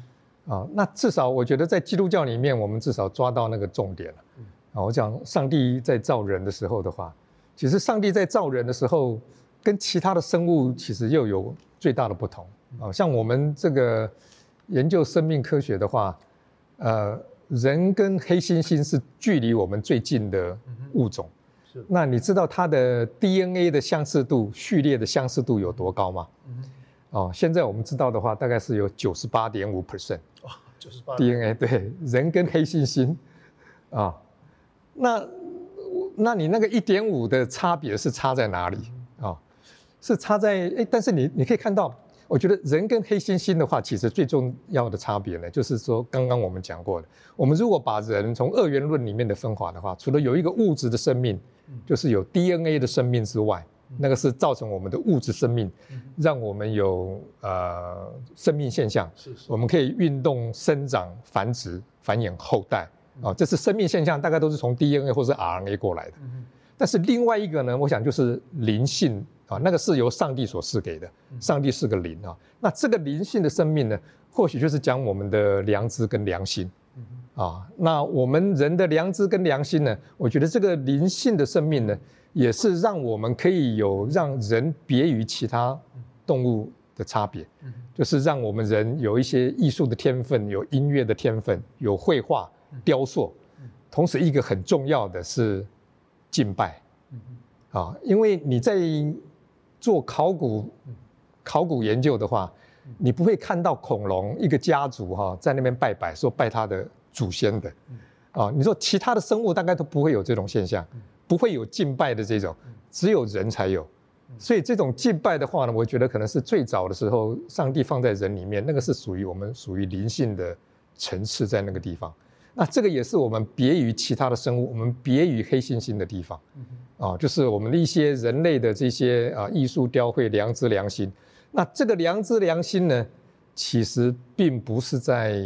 [SPEAKER 2] 啊，那至少我觉得在基督教里面，我们至少抓到那个重点了。啊，我讲上帝在造人的时候的话，其实上帝在造人的时候，跟其他的生物其实又有最大的不同。啊，像我们这个研究生命科学的话，呃，人跟黑猩猩是距离我们最近的物种。是，那你知道它的 D N A 的相似度、序列的相似度有多高吗？嗯哦，现在我们知道的话，大概是有 百分之九十八点五
[SPEAKER 1] 哦 九十八
[SPEAKER 2] D N A 对人跟黑猩猩啊，那那你那个 一点五 的差别是差在哪里啊？是差在哎，但是你你可以看到，我觉得人跟黑猩猩的话，其实最重要的差别呢，就是说刚刚我们讲过的，我们如果把人从二元论里面的分化的话，除了有一个物质的生命，就是有 D N A 的生命之外，那个是造成我们的物质生命，让我们有呃生命现象，我们可以运动、生长、繁殖、繁衍后代啊，这是生命现象，大概都是从 D N A 或是 R N A 过来的。但是另外一个呢，我想就是灵性啊，那个是由上帝所赐给的，上帝是个灵啊。那这个灵性的生命呢，或许就是讲我们的良知跟良心啊。那我们人的良知跟良心呢，我觉得这个灵性的生命呢，也是让我们可以有让人别于其他动物的差别，就是让我们人有一些艺术的天分，有音乐的天分，有绘画、雕塑，同时一个很重要的是敬拜啊，因为你在做考古考古研究的话，你不会看到恐龙一个家族哈、啊、在那边拜拜，说拜他的祖先的啊，你说其他的生物大概都不会有这种现象。不会有敬拜的这种，只有人才有。所以这种敬拜的话呢，我觉得可能是最早的时候，上帝放在人里面，那个是属于我们属于灵性的层次在那个地方。那这个也是我们别于其他的生物，我们别于黑猩猩的地方。啊，就是我们的一些人类的这些啊艺术雕绘、良知良心。那这个良知良心呢，其实并不是在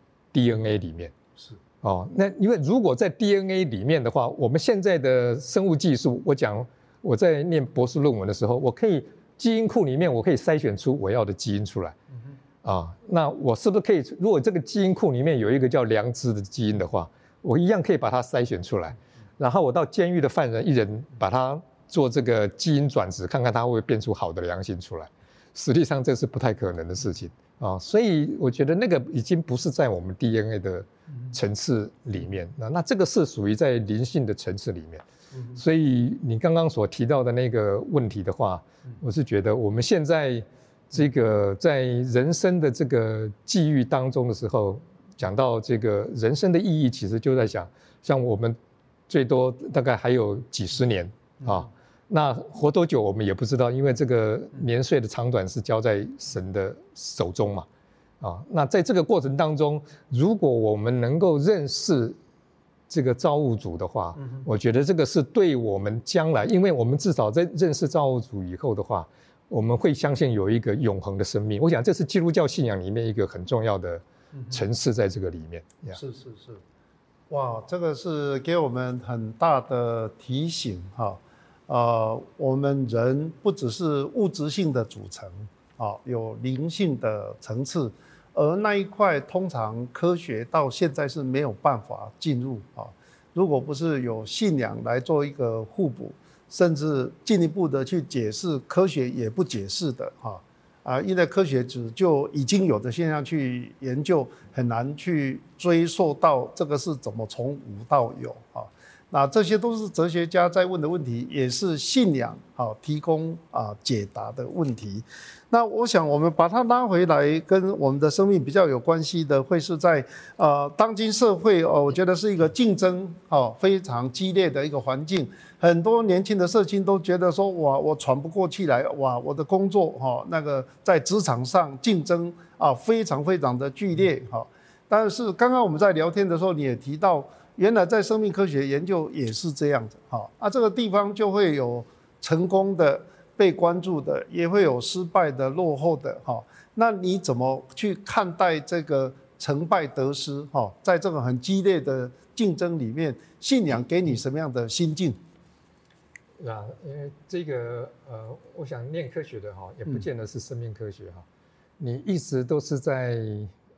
[SPEAKER 2] D N A 里面。哦，那因为如果在 D N A 里面的话，我们现在的生物技术，我讲我在念博士论文的时候，我可以基因库里面我可以筛选出我要的基因出来，啊，那我是不是可以？如果这个基因库里面有一个叫良知的基因的话，我一样可以把它筛选出来，然后我到监狱的犯人一人把他做这个基因转殖，看看他会不会变出好的良心出来。实际上这是不太可能的事情啊，所以我觉得那个已经不是在我们 D N A 的层次里面，那那这个是属于在灵性的层次里面。所以你刚刚所提到的那个问题的话，我是觉得我们现在这个在人生的这个际遇当中的时候，讲到这个人生的意义，其实就在想，像我们最多大概还有几十年啊。那活多久我们也不知道，因为这个年岁的长短是交在神的手中嘛，啊，那在这个过程当中，如果我们能够认识这个造物主的话，嗯、我觉得这个是对我们将来，因为我们至少在认识造物主以后的话，我们会相信有一个永恒的生命。我想这是基督教信仰里面一个很重要的层次在这个里面。
[SPEAKER 1] 嗯、是是是，哇，这个是给我们很大的提醒哈。呃，我们人不只是物质性的组成，啊，有灵性的层次，而那一块通常科学到现在是没有办法进入啊。如果不是有信仰来做一个互补，甚至进一步的去解释，科学也不解释的哈啊，因为科学只就已经有的现象去研究，很难去追溯到这个是怎么从无到有啊。那这些都是哲学家在问的问题，也是信仰好提供啊解答的问题。那我想我们把它拉回来，跟我们的生命比较有关系的，会是在呃当今社会哦，我觉得是一个竞争哦非常激烈的一个环境。很多年轻的社青都觉得说，哇，我喘不过气来，哇，我的工作哈那个在职场上竞争啊非常非常的剧烈哈。但是刚刚我们在聊天的时候，你也提到。原来在生命科学研究也是这样子，哈，啊，这个地方就会有成功的、被关注的，也会有失败的、落后的，哈。那你怎么去看待这个成败得失，哈？在这个很激烈的竞争里面，信仰给你什么样的心境？
[SPEAKER 2] 啊，因为这个呃，我想念科学的哈，也不见得是生命科学哈，嗯、你一直都是在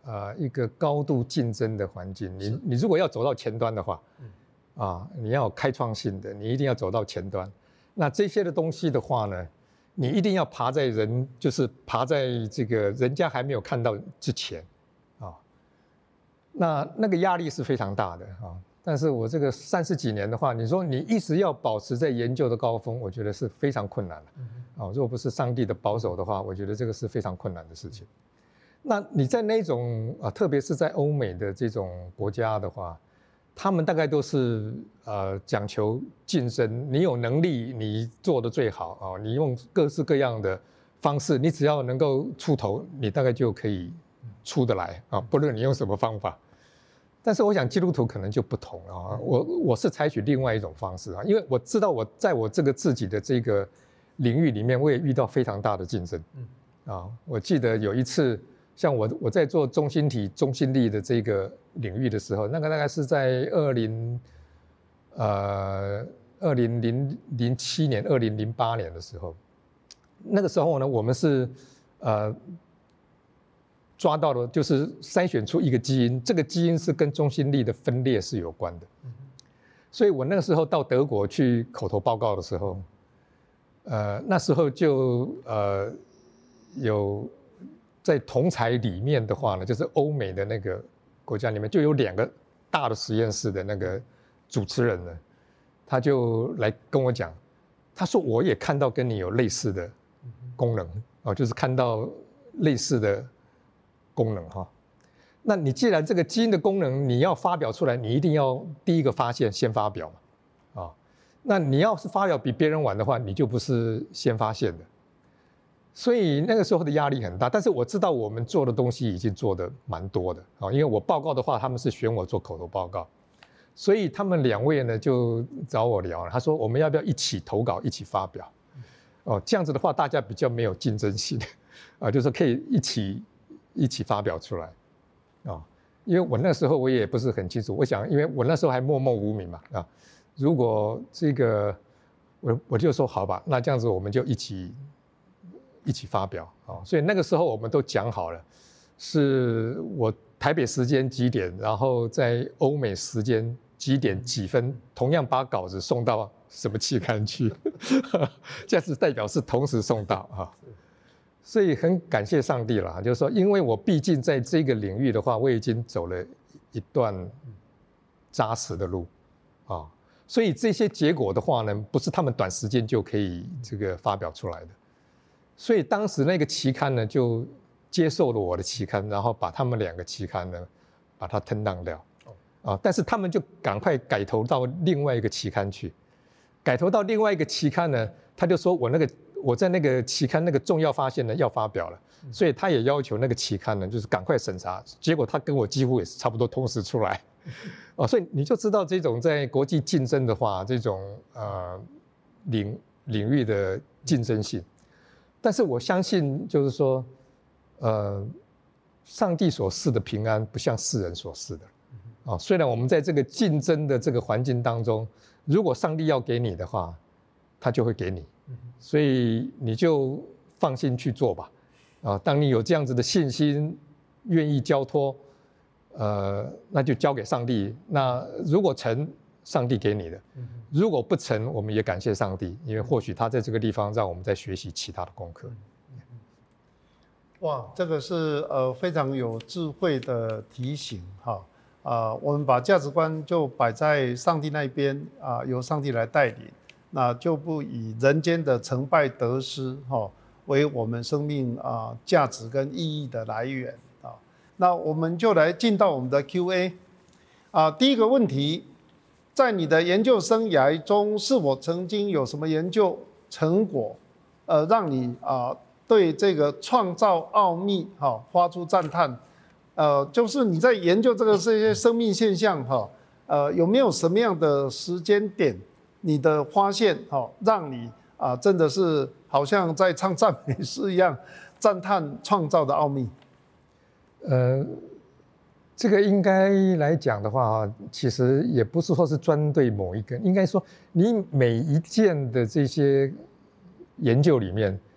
[SPEAKER 2] 呃一个高度竞争的环境，你你如果要走到前端的话，嗯、啊，你要有开创性的，你一定要走到前端。那这些的东西的话呢，你一定要爬在人，就是爬在这个人家还没有看到之前，啊，那那个压力是非常大的啊。但是我这个三十几年的话，你说你一直要保持在研究的高峰，我觉得是非常困难的。啊，如果不是上帝的保守的话，我觉得这个是非常困难的事情。那你在那种啊，特别是在欧美的这种国家的话，他们大概都是呃讲求晋升，你有能力你做得最好啊，你用各式各样的方式，你只要能够出头，你大概就可以出得来啊，不论你用什么方法。但是我想基督徒可能就不同了啊，我我是采取另外一种方式啊，因为我知道我在我这个自己的这个领域里面，我也遇到非常大的竞争。啊，我记得有一次，像我我在做中心体、中心力的这个领域的时候，那个大概是在二零呃二零零零七年、二零零八年的时候，那个时候呢，我们是呃。抓到了，就是筛选出一个基因，这个基因是跟中心力的分裂是有关的。所以我那个时候到德国去口头报告的时候，呃，那时候就呃有在同侪里面的话呢，就是欧美的那个国家里面就有两个大的实验室的那个主持人呢，他就来跟我讲，他说我也看到跟你有类似的功能哦，就是看到类似的功能哈。那你既然这个基因的功能你要发表出来，你一定要第一个发现先发表嘛，啊，那你要是发表比别人晚的话，你就不是先发现的。所以那个时候的压力很大，但是我知道我们做的东西已经做得蛮多的啊，因为我报告的话，他们是选我做口头报告，所以他们两位呢就找我聊了，他说我们要不要一起投稿一起发表？哦，这样子的话大家比较没有竞争性啊，就是可以一起一起发表出来啊。因为我那时候我也不是很清楚，我想因为我那时候还默默无名嘛啊，如果这个我我就说好吧，那这样子我们就一起一起发表啊。所以那个时候我们都讲好了，是我台北时间几点，然后在欧美时间几点几分，同样把稿子送到什么期刊去，这样子代表是同时送到啊。所以很感谢上帝啦，就是说，因为我毕竟在这个领域的话，我已经走了一段扎实的路啊，所以这些结果的话呢，不是他们短时间就可以这个发表出来的。所以当时那个期刊呢，就接受了我的期刊，然后把他们两个期刊呢，把它吞当掉啊，但是他们就赶快改投到另外一个期刊去，改投到另外一个期刊呢，他就说我那个。我在那个期刊那个重要发现呢要发表了，所以他也要求那个期刊呢就是赶快审查，结果他跟我几乎也是差不多同时出来，哦，所以你就知道这种在国际竞争的话，这种呃领领域的竞争性。但是我相信就是说，呃，上帝所赐的平安不像世人所赐的，啊，虽然我们在这个竞争的这个环境当中，如果上帝要给你的话，他就会给你。所以你就放心去做吧，啊，当你有这样子的信心，愿意交托，呃，那就交给上帝。那如果成，上帝给你的；如果不成，我们也感谢上帝，因为或许他在这个地方让我们在学习其他的功课。
[SPEAKER 1] 哇，这个是呃非常有智慧的提醒哈啊、呃，我们把价值观就摆在上帝那边啊、呃，由上帝来带领。那就不以人间的成败得失哈为我们生命啊价值跟意义的来源啊。那我们就来进到我们的 Q A 啊。第一个问题，在你的研究生涯中，是否曾经有什么研究成果，呃，让你啊对这个创造奥秘哈发出赞叹？呃，就是你在研究这个这些生命现象哈，呃，有没有什么样的时间点？你的发现，哦，让你啊，真的是好像在唱赞美诗一样，赞叹创造的奥秘。
[SPEAKER 2] 呃，这个应该来讲的话啊，其实也不是说是专对某一个，应该说你每一件的这些研究里面，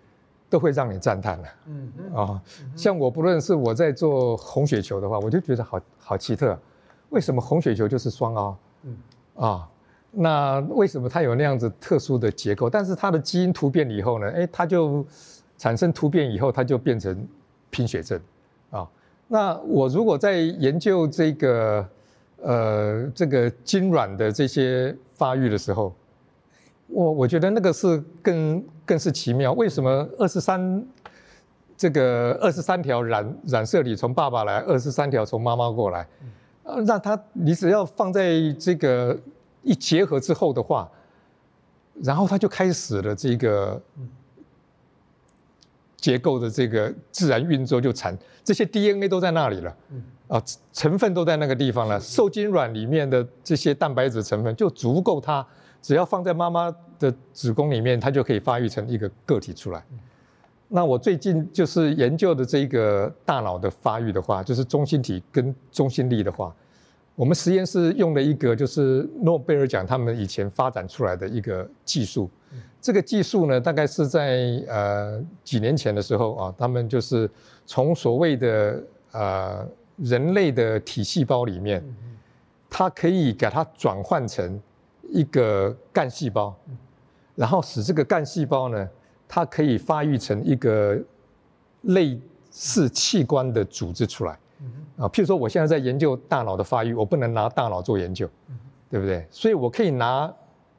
[SPEAKER 2] 都会让你赞叹的。
[SPEAKER 1] 嗯嗯
[SPEAKER 2] 啊，像我不论是我在做红血球的话，我就觉得好好奇特，为什么红血球就是双凹？嗯啊，那为什么它有那样子特殊的结构？但是它的基因突变以后呢，哎，它就产生突变以后，它就变成贫血症啊。那我如果在研究这个呃这个精卵的这些发育的时候，我我觉得那个是更更是奇妙。为什么二十三这个二十三条染染色体从爸爸来，二十三条从妈妈过来？呃，让它你只要放在这个一结合之后的话，然后它就开始了这个结构的这个自然运作，就产这些 D N A 都在那里了，啊，成分都在那个地方了。受精卵里面的这些蛋白质成分就足够它，只要放在妈妈的子宫里面，它就可以发育成一个个体出来。那我最近就是研究的这个大脑的发育的话，就是中心体跟中心粒的话，我们实验室用了一个就是诺贝尔奖他们以前发展出来的一个技术。这个技术呢，大概是在呃几年前的时候啊，他们就是从所谓的呃人类的体细胞里面，它可以给它转换成一个干细胞，然后使这个干细胞呢，它可以发育成一个类似器官的组织出来，啊，譬如说我现在在研究大脑的发育，我不能拿大脑做研究，对不对？所以我可以拿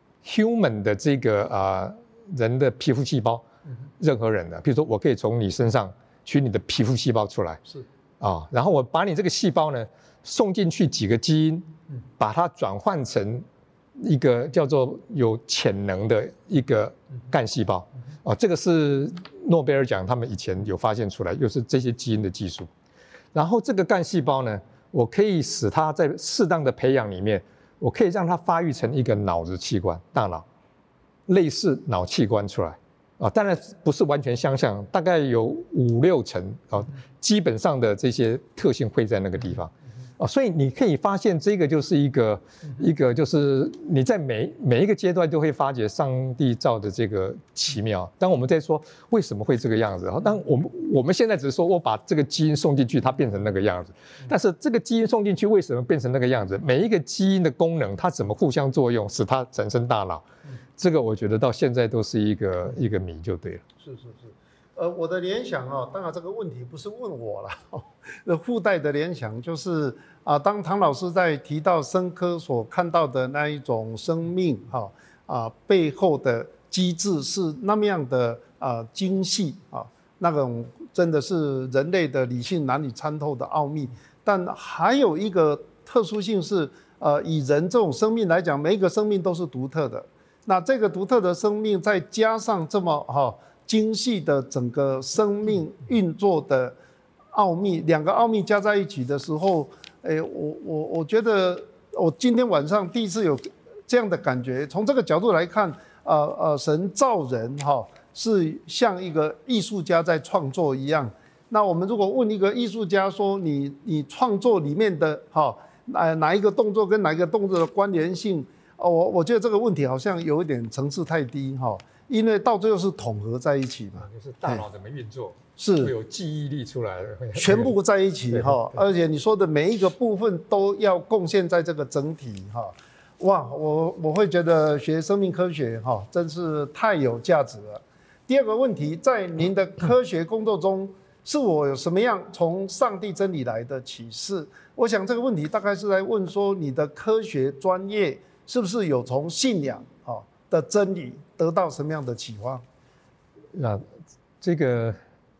[SPEAKER 2] human 的这个啊、呃、人的皮肤细胞，任何人的，譬如说我可以从你身上取你的皮肤细胞出来，
[SPEAKER 1] 是
[SPEAKER 2] 啊，然后我把你这个细胞呢送进去几个基因，把它转换成一个叫做有潜能的一个干细胞。哦，这个是诺贝尔奖他们以前有发现出来，又是这些基因的技术。然后这个干细胞呢，我可以使它在适当的培养里面，我可以让它发育成一个脑子器官，大脑类似脑器官出来啊，当然不是完全相像，大概有五六成啊，基本上的这些特性会在那个地方。哦，所以你可以发现，这个就是一个一个，就是你在每每一个阶段都会发觉上帝造的这个奇妙。当我们在说为什么会这个样子，当我们我们现在只是说我把这个基因送进去，它变成那个样子。但是这个基因送进去为什么变成那个样子？每一个基因的功能，它怎么互相作用，使它产生大脑？这个我觉得到现在都是一个一个谜，就对了。
[SPEAKER 1] 是是是。呃，我的联想哦，当然这个问题不是问我了，哦，附带的联想就是啊，当唐老师在提到生科所看到的那一种生命哈啊背后的机制是那么样的啊精细啊，那种真的是人类的理性难以参透的奥秘。但还有一个特殊性是，呃，以人这种生命来讲，每一个生命都是独特的。那这个独特的生命再加上这么哈。哦精细的整个生命运作的奥秘，两个奥秘加在一起的时候，哎，我我我觉得我今天晚上第一次有这样的感觉。从这个角度来看，呃呃，神造人哈、哦，是像一个艺术家在创作一样。那我们如果问一个艺术家说你你创作里面的哈，哪哪一个动作跟哪一个动作的关联性？哦，我我觉得这个问题好像有一点层次太低哈。因为到最后是统合在一起嘛，
[SPEAKER 2] 就是大脑怎么运作，
[SPEAKER 1] 是
[SPEAKER 2] 会有记忆力出来，
[SPEAKER 1] 全部在一起哈，而且你说的每一个部分都要贡献在这个整体哈，哇，我我会觉得学生命科学哈，真是太有价值了。第二个问题，在您的科学工作中，是我有什么样从上帝真理来的启示？我想这个问题大概是在问说，你的科学专业是不是有从信仰哈的真理得到什么样的启发？
[SPEAKER 2] 那这个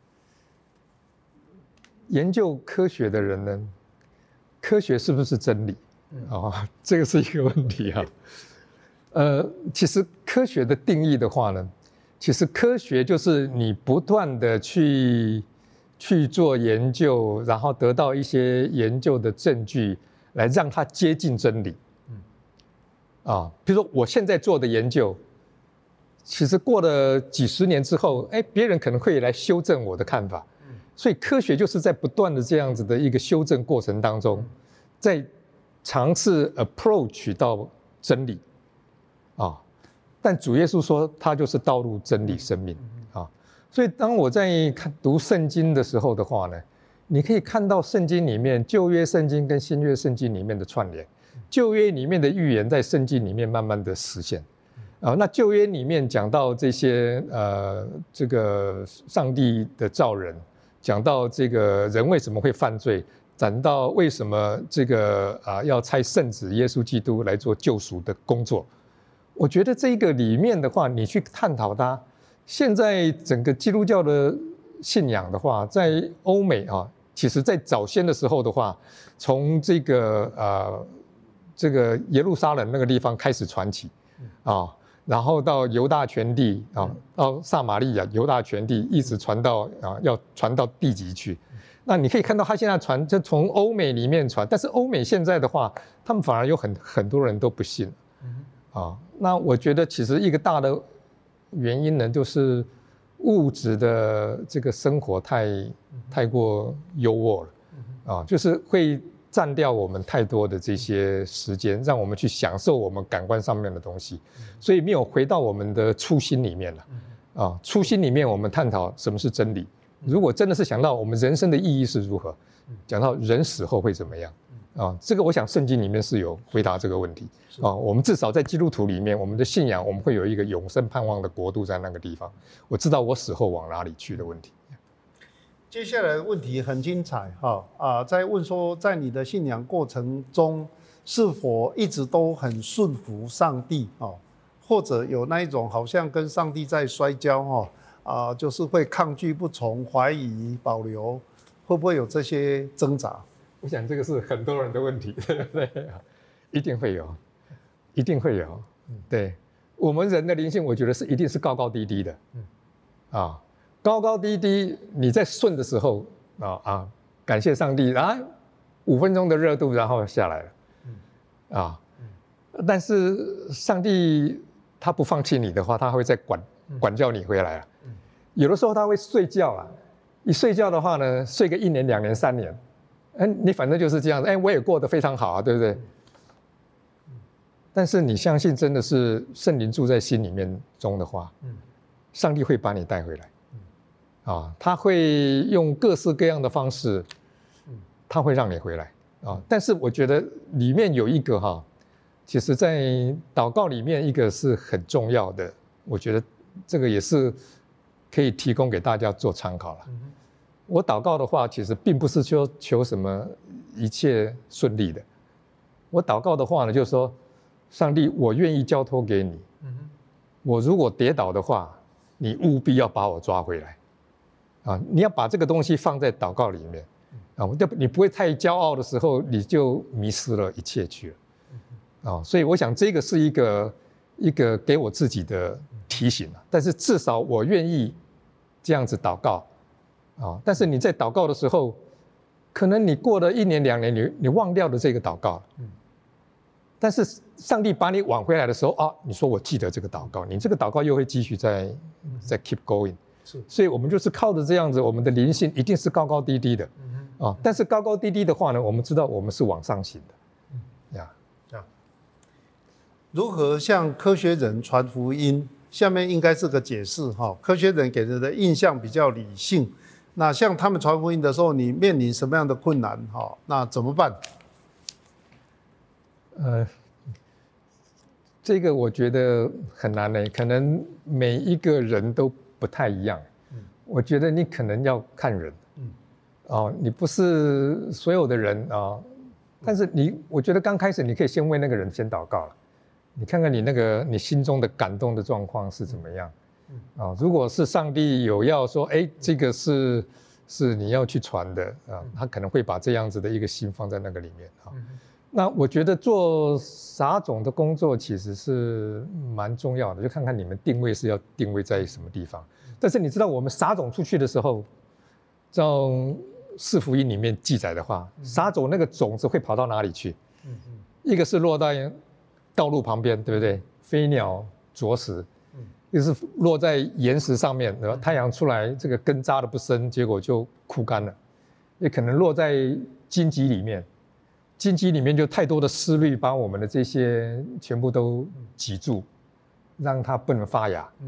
[SPEAKER 2] 研究科学的人呢，科学是不是真理？啊、哦，这个是一个问题啊。呃，其实科学的定义的话呢，其实科学就是你不断的去去做研究，然后得到一些研究的证据，来让它接近真理。啊，比如说我现在做的研究，其实过了几十年之后，哎，别人可能会来修正我的看法，所以科学就是在不断的这样子的一个修正过程当中，在尝试 approach 到真理，啊，但主耶稣说他就是道路、真理、生命啊， 所以当我在看读圣经的时候的话呢，你可以看到圣经里面旧约圣经跟新约圣经里面的串联，旧约里面的预言在圣经里面慢慢的实现。啊，那旧约里面讲到这些呃，这个上帝的造人，讲到这个人为什么会犯罪，讲到为什么这个啊要差圣子耶稣基督来做救赎的工作。我觉得这个里面的话，你去探讨它，现在整个基督教的信仰的话，在欧美啊，其实在早先的时候的话，从这个呃这个耶路撒冷那个地方开始传起啊。然后到犹大全地啊，到撒玛利亚、犹大全地，一直传到啊，要传到地极去。那你可以看到，他现在传就从欧美里面传，但是欧美现在的话，他们反而有很很多人都不信啊。那我觉得其实一个大的原因呢，就是物质的这个生活太太过优渥了啊，就是会占掉我们太多的这些时间，让我们去享受我们感官上面的东西，所以没有回到我们的初心里面了。啊，初心里面我们探讨什么是真理。如果真的是想到我们人生的意义是如何，讲到人死后会怎么样啊，这个我想圣经里面是有回答这个问题啊。我们至少在基督徒里面，我们的信仰我们会有一个永生盼望的国度在那个地方。我知道我死后往哪里去的问题。
[SPEAKER 1] 接下来的问题很精彩哈啊，在问说，在你的信仰过程中，是否一直都很顺服上帝哦，或者有那一种好像跟上帝在摔跤哈啊，就是会抗拒不从、怀疑、保留，会不会有这些挣扎？
[SPEAKER 2] 我想这个是很多人的问题，对不对？一定会有，一定会有。对，我们人的灵性，我觉得是一定是高高低低的，啊。高高低低，你在顺的时候啊啊，感谢上帝啊，五分钟的热度，然后下来了，啊，但是上帝他不放弃你的话，他会再管管教你回来啊。有的时候他会睡觉啊，一睡觉的话呢，睡个一年、两年、三年，嗯，你反正就是这样，哎，我也过得非常好啊，对不对？但是你相信真的是圣灵住在心里面中的话，上帝会把你带回来。啊，他会用各式各样的方式，他会让你回来啊。但是我觉得里面有一个哈，其实在祷告里面一个是很重要的，我觉得这个也是可以提供给大家做参考了。我祷告的话，其实并不是说求什么一切顺利的。我祷告的话呢，就是说，上帝，我愿意交托给你。我如果跌倒的话，你务必要把我抓回来。啊，你要把这个东西放在祷告里面，啊，你不会太骄傲的时候，你就迷失了一切去了，啊，所以我想这个是一个一个给我自己的提醒，但是至少我愿意这样子祷告，啊，但是你在祷告的时候，可能你过了一年两年，你你忘掉了这个祷告，但是上帝把你挽回来的时候啊，你说我记得这个祷告，你这个祷告又会继续在在 keep going。所以我们就是靠着这样子，我们的灵性一定是高高低低的，啊，但是高高低低的话呢，我们知道我们是往上行的，呀，
[SPEAKER 1] 啊，如何向科学人传福音？下面应该是个解释哈。科学人给人的印象比较理性，那向他们传福音的时候，你面临什么样的困难？哈，那怎么办？
[SPEAKER 2] 呃，这个我觉得很难呢，可能每一个人都不太一样，嗯，我觉得你可能要看人，嗯，哦，你不是所有的人啊，哦，但是你，我觉得刚开始你可以先为那个人先祷告了，你看看你那个你心中的感动的状况是怎么样，嗯，啊，哦，如果是上帝有要说，哎，这个是是你要去传的啊，他可能会把这样子的一个心放在那个里面啊。嗯，那我觉得做撒种的工作其实是蛮重要的，就看看你们定位是要定位在什么地方。但是你知道，我们撒种出去的时候，照四福音里面记载的话，撒种那个种子会跑到哪里去？一个是落在道路旁边，对不对？飞鸟啄食；一个是落在岩石上面，然后太阳出来，这个根扎的不深，结果就枯干了。也可能落在荆棘里面。荆棘里面就太多的思虑把我们的这些全部都挤住，让它不能发芽。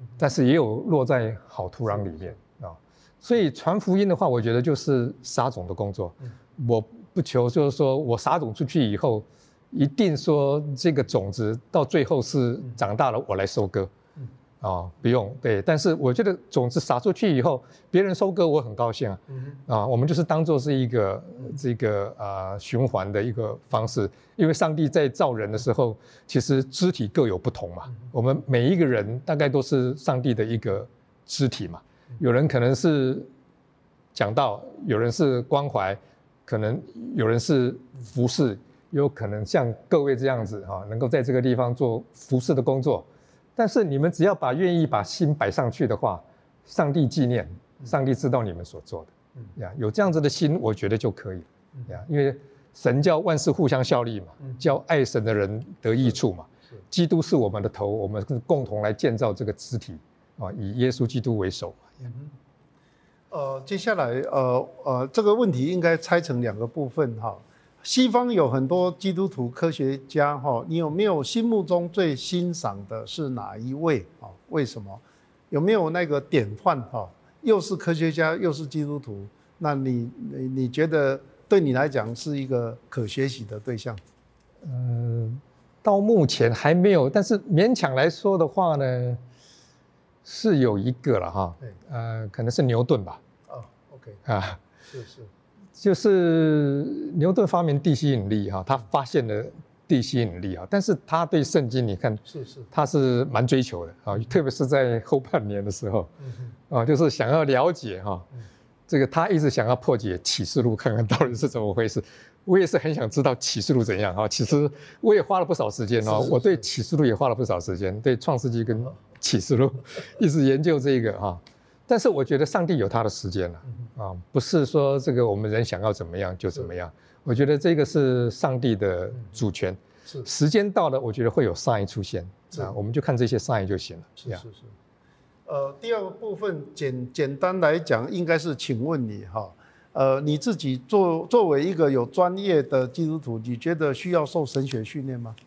[SPEAKER 2] 但是也有落在好土壤里面啊。所以传福音的话，我觉得就是撒种的工作。我不求就是说我撒种出去以后，一定说这个种子到最后是长大了我来收割。啊，不用对，但是我觉得种子撒出去以后，别人收割我很高兴啊。嗯、啊，我们就是当做是一个这个啊循环的一个方式，因为上帝在造人的时候，其实肢体各有不同嘛。我们每一个人大概都是上帝的一个肢体嘛。有人可能是讲道，有人是关怀，可能有人是服侍，有可能像各位这样子哈、啊，能够在这个地方做服侍的工作。但是你们只要把愿意把心摆上去的话，上帝纪念，上帝知道你们所做的，呀，有这样子的心，我觉得就可以了，呀，因为神叫万事互相效力嘛，叫爱神的人得益处嘛，基督是我们的头，我们共同来建造这个肢体，啊，以耶稣基督为首。
[SPEAKER 1] 呃，接下来呃呃这个问题应该拆成两个部分哈。西方有很多基督徒科学家哈，你有没有心目中最欣赏的是哪一位啊？为什么？有没有那个典范哈？又是科学家又是基督徒，那你你你觉得对你来讲是一个可学习的对象？
[SPEAKER 2] 嗯，到目前还没有，但是勉强来说的话呢，是有一个了哈，呃，可能是牛顿吧。
[SPEAKER 1] 哦 ，OK
[SPEAKER 2] 啊，
[SPEAKER 1] 是是。
[SPEAKER 2] 就是牛顿发明地吸引力哈，他发现了地吸引力啊，但是他对圣经你看，
[SPEAKER 1] 是是，
[SPEAKER 2] 他是蛮追求的啊，特别是在后半年的时候，啊，就是想要了解哈，这个他一直想要破解启示录，看看到底是怎么回事。我也是很想知道启示录怎样哈，其实我也花了不少时间哦，我对启示录也花了不少时间，对创世纪跟启示录一直研究这个哈。但是我觉得上帝有他的时间了啊，不是说这个我们人想要怎么样就怎么样。我觉得这个是上帝的主权，时间到了，我觉得会有 sign 出现啊，我们就看这些 sign 就行了。
[SPEAKER 1] 是是是。呃，第二个部分简简单来讲，应该是请问你哈，呃，你自己作作为一个有专业的基督徒，你觉得需要受神学训练吗？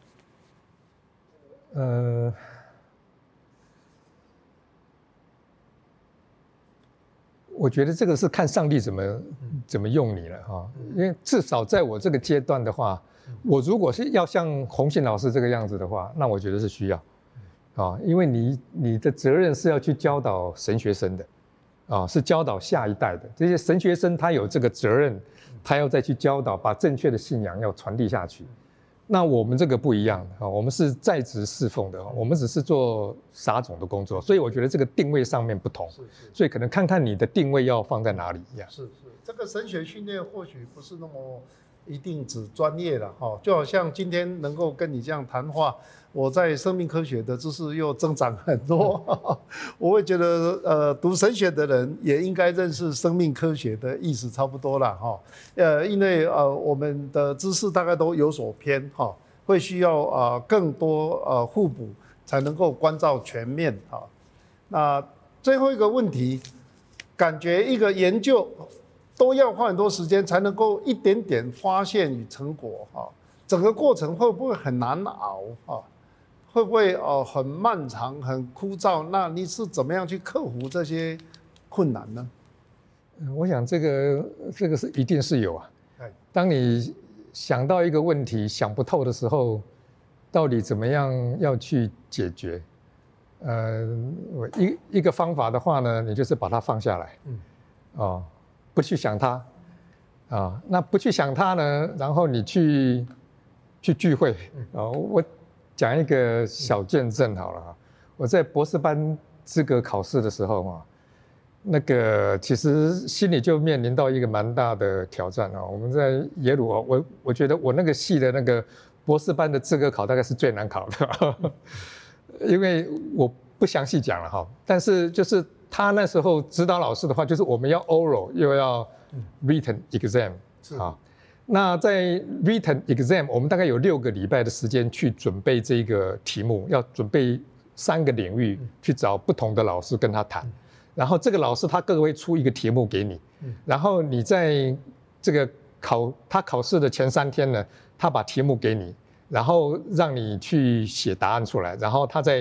[SPEAKER 2] 呃。我觉得这个是看上帝怎么怎么用你了哈，因为至少在我这个阶段的话，我如果是要像洪信老师这个样子的话，那我觉得是需要，啊，因为你你的责任是要去教导神学生的，啊，是教导下一代的这些神学生，他有这个责任，他要再去教导，把正确的信仰要传递下去。那我们这个不一样啊，我们是在职侍奉的，我们只是做撒种的工作，所以我觉得这个定位上面不同，是是，所以可能看看你的定位要放在哪里一样。
[SPEAKER 1] 是是，这个神学训练或许不是那么一定只专业了哈，就好像今天能够跟你这样谈话，我在生命科学的知识又增长很多，我会觉得呃，读神学的人也应该认识生命科学的意思差不多了哈，呃，因为呃我们的知识大概都有所偏哈，会需要呃更多呃互补才能够关照全面哈。那最后一个问题，感觉一个研究都要花很多时间才能够一点点发现与成果哈，整个过程会不会很难熬啊？会不会哦很漫长、很枯燥？那你是怎么样去克服这些困难呢？
[SPEAKER 2] 我想这个这个是一定是有啊。当你想到一个问题想不透的时候，到底怎么样要去解决？呃，一一个方法的话呢，你就是把它放下来，嗯，哦。不去想它，啊，那不去想它呢？然后你去去聚会啊。我讲一个小见证好了啊。我在博士班资格考试的时候啊，那个其实心里就面临到一个蛮大的挑战啊。我们在耶鲁啊，我我觉得我那个系的那个博士班的资格考大概是最难考的，因為我不详细讲了哈，但是就是。他那时候指导老师的话，就是我们要 oral 又要 written exam 啊。那在 written exam， 我们大概有六个礼拜的时间去准备这个题目，要准备三个领域，去找不同的老师跟他谈。然后这个老师他各会出一个题目给你，然后你在这个考他考试的前三天呢，他把题目给你，然后让你去写答案出来，然后他再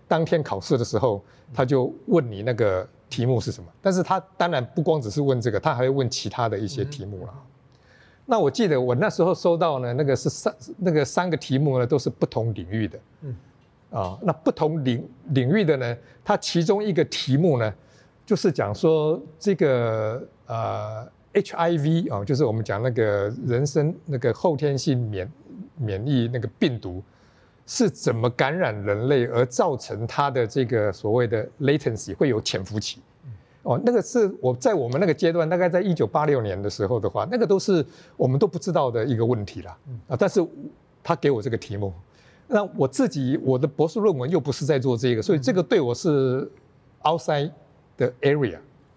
[SPEAKER 2] 当天考试的时候，他就问你那个题目是什么。但是他当然不光只是问这个，他还会问其他的一些题目啦。嗯、那我记得我那时候收到呢，那个是三那个三个题目呢，都是不同领域的。嗯，啊，那不同领领域的呢，它其中一个题目呢，就是讲说这个呃 H I V 啊，就是我们讲那个人生那个后天性免免疫那个病毒。是怎么感染人类而造成它的这个所谓的 latency 会有潜伏期？哦，那个是我在我们那个阶段，大概在一九八六年的时候的话，那个都是我们都不知道的一个问题啦。啊，但是他给我这个题目，那我自己我的博士论文又不是在做这个，所以这个对我是 outside the area。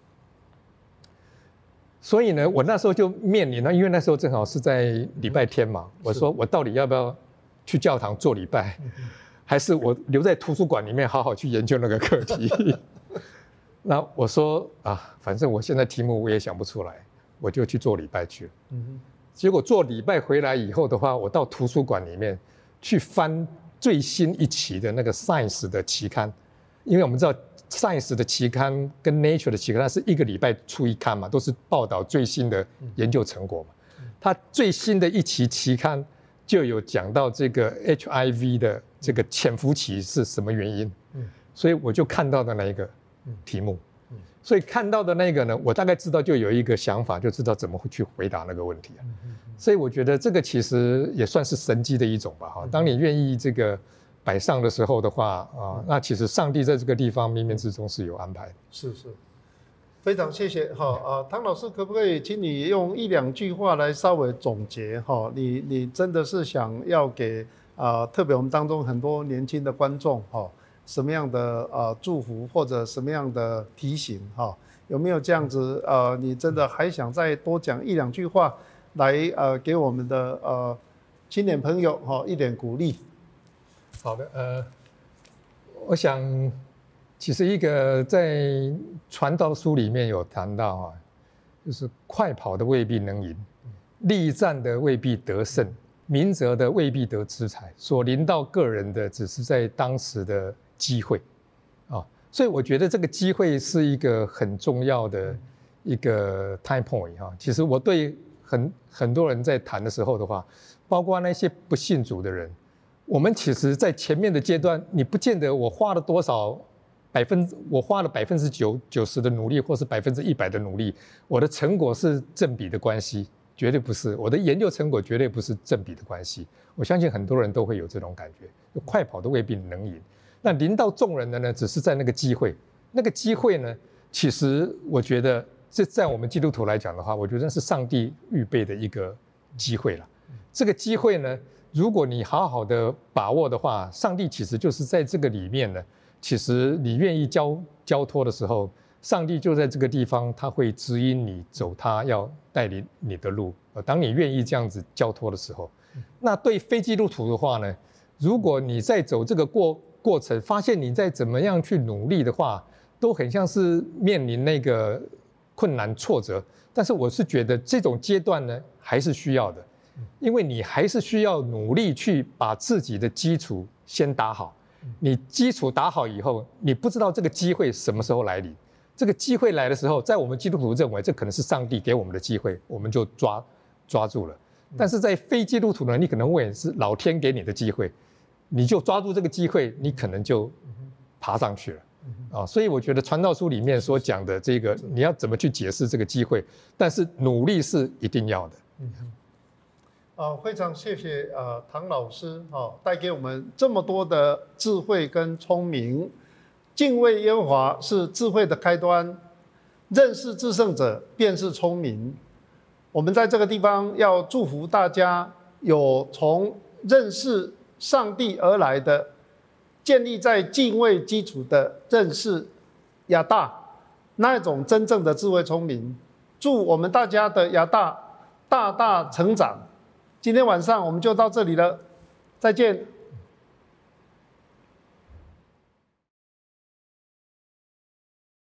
[SPEAKER 2] 所以呢，我那时候就面临了，因为那时候正好是在礼拜天嘛，我说我到底要不要去教堂做礼拜，还是我留在图书馆里面好好去研究那个课题？那我说啊，反正我现在题目我也想不出来，我就去做礼拜去了。嗯、结果做礼拜回来以后的话，我到图书馆里面去翻最新一期的那个 Science 的期刊，因为我们知道 Science 的期刊跟 Nature 的期刊，它是一个礼拜出一刊嘛，都是报道最新的研究成果嘛。它最新的一期期刊就有讲到这个 H I V 的这个潜伏期是什么原因，嗯、所以我就看到的那一个题目，嗯嗯、所以看到的那个呢，我大概知道就有一个想法，就知道怎么去回答那个问题啊。嗯嗯、所以我觉得这个其实也算是神迹的一种吧。哈，当你愿意这个摆上的时候的话啊，那其实上帝在这个地方冥冥之中是有安排的。
[SPEAKER 1] 是是。非常谢谢哈啊，汤老师可不可以请你用一两句话来稍微总结哈？你你真的是想要给啊、呃，特别我们当中很多年轻的观众哈，什么样的呃祝福或者什么样的提醒哈？有没有这样子呃，你真的还想再多讲一两句话来呃给我们的呃青年朋友哈一点鼓励？
[SPEAKER 2] 好的，呃，我想。其实一个在传道书里面有谈到啊，就是快跑的未必能赢，力战的未必得胜，明哲的未必得资财，所临到个人的只是在当时的机会啊，所以我觉得这个机会是一个很重要的一个 time point 哈。其实我对很很多人在谈的时候的话，包括那些不信主的人，我们其实在前面的阶段，你不见得我花了多少。百分我花了百分之九九十的努力，或是百分之一百的努力，我的成果是正比的关系，绝对不是。我的研究成果绝对不是正比的关系。我相信很多人都会有这种感觉，快跑的未必能赢。那临到众人的呢，只是在那个机会。那个机会呢，其实我觉得这在我们基督徒来讲的话，我觉得是上帝预备的一个机会了。这个机会呢，如果你好好的把握的话，上帝其实就是在这个里面呢。其实你愿意交交托的时候，上帝就在这个地方，他会指引你走他要带领你的路。当你愿意这样子交托的时候，那对非基督徒的话呢，如果你在走这个过过程，发现你在怎么样去努力的话，都很像是面临那个困难挫折。但是我是觉得这种阶段呢，还是需要的，因为你还是需要努力去把自己的基础先打好。你基础打好以后，你不知道这个机会什么时候来临。这个机会来的时候，在我们基督徒认为这可能是上帝给我们的机会，我们就抓抓住了。但是在非基督徒呢，你可能会是老天给你的机会，你就抓住这个机会，你可能就爬上去了啊。所以我觉得传道书里面所讲的这个，你要怎么去解释这个机会？但是努力是一定要的。
[SPEAKER 1] 呃，非常谢谢呃唐老师哈、哦，带给我们这么多的智慧跟聪明。敬畏耶和华是智慧的开端，认识至圣者便是聪明。我们在这个地方要祝福大家有从认识上帝而来的、建立在敬畏基础的认识亚大那一种真正的智慧聪明。祝我们大家的亚大大大成长。今天晚上我们就到这里了，再见。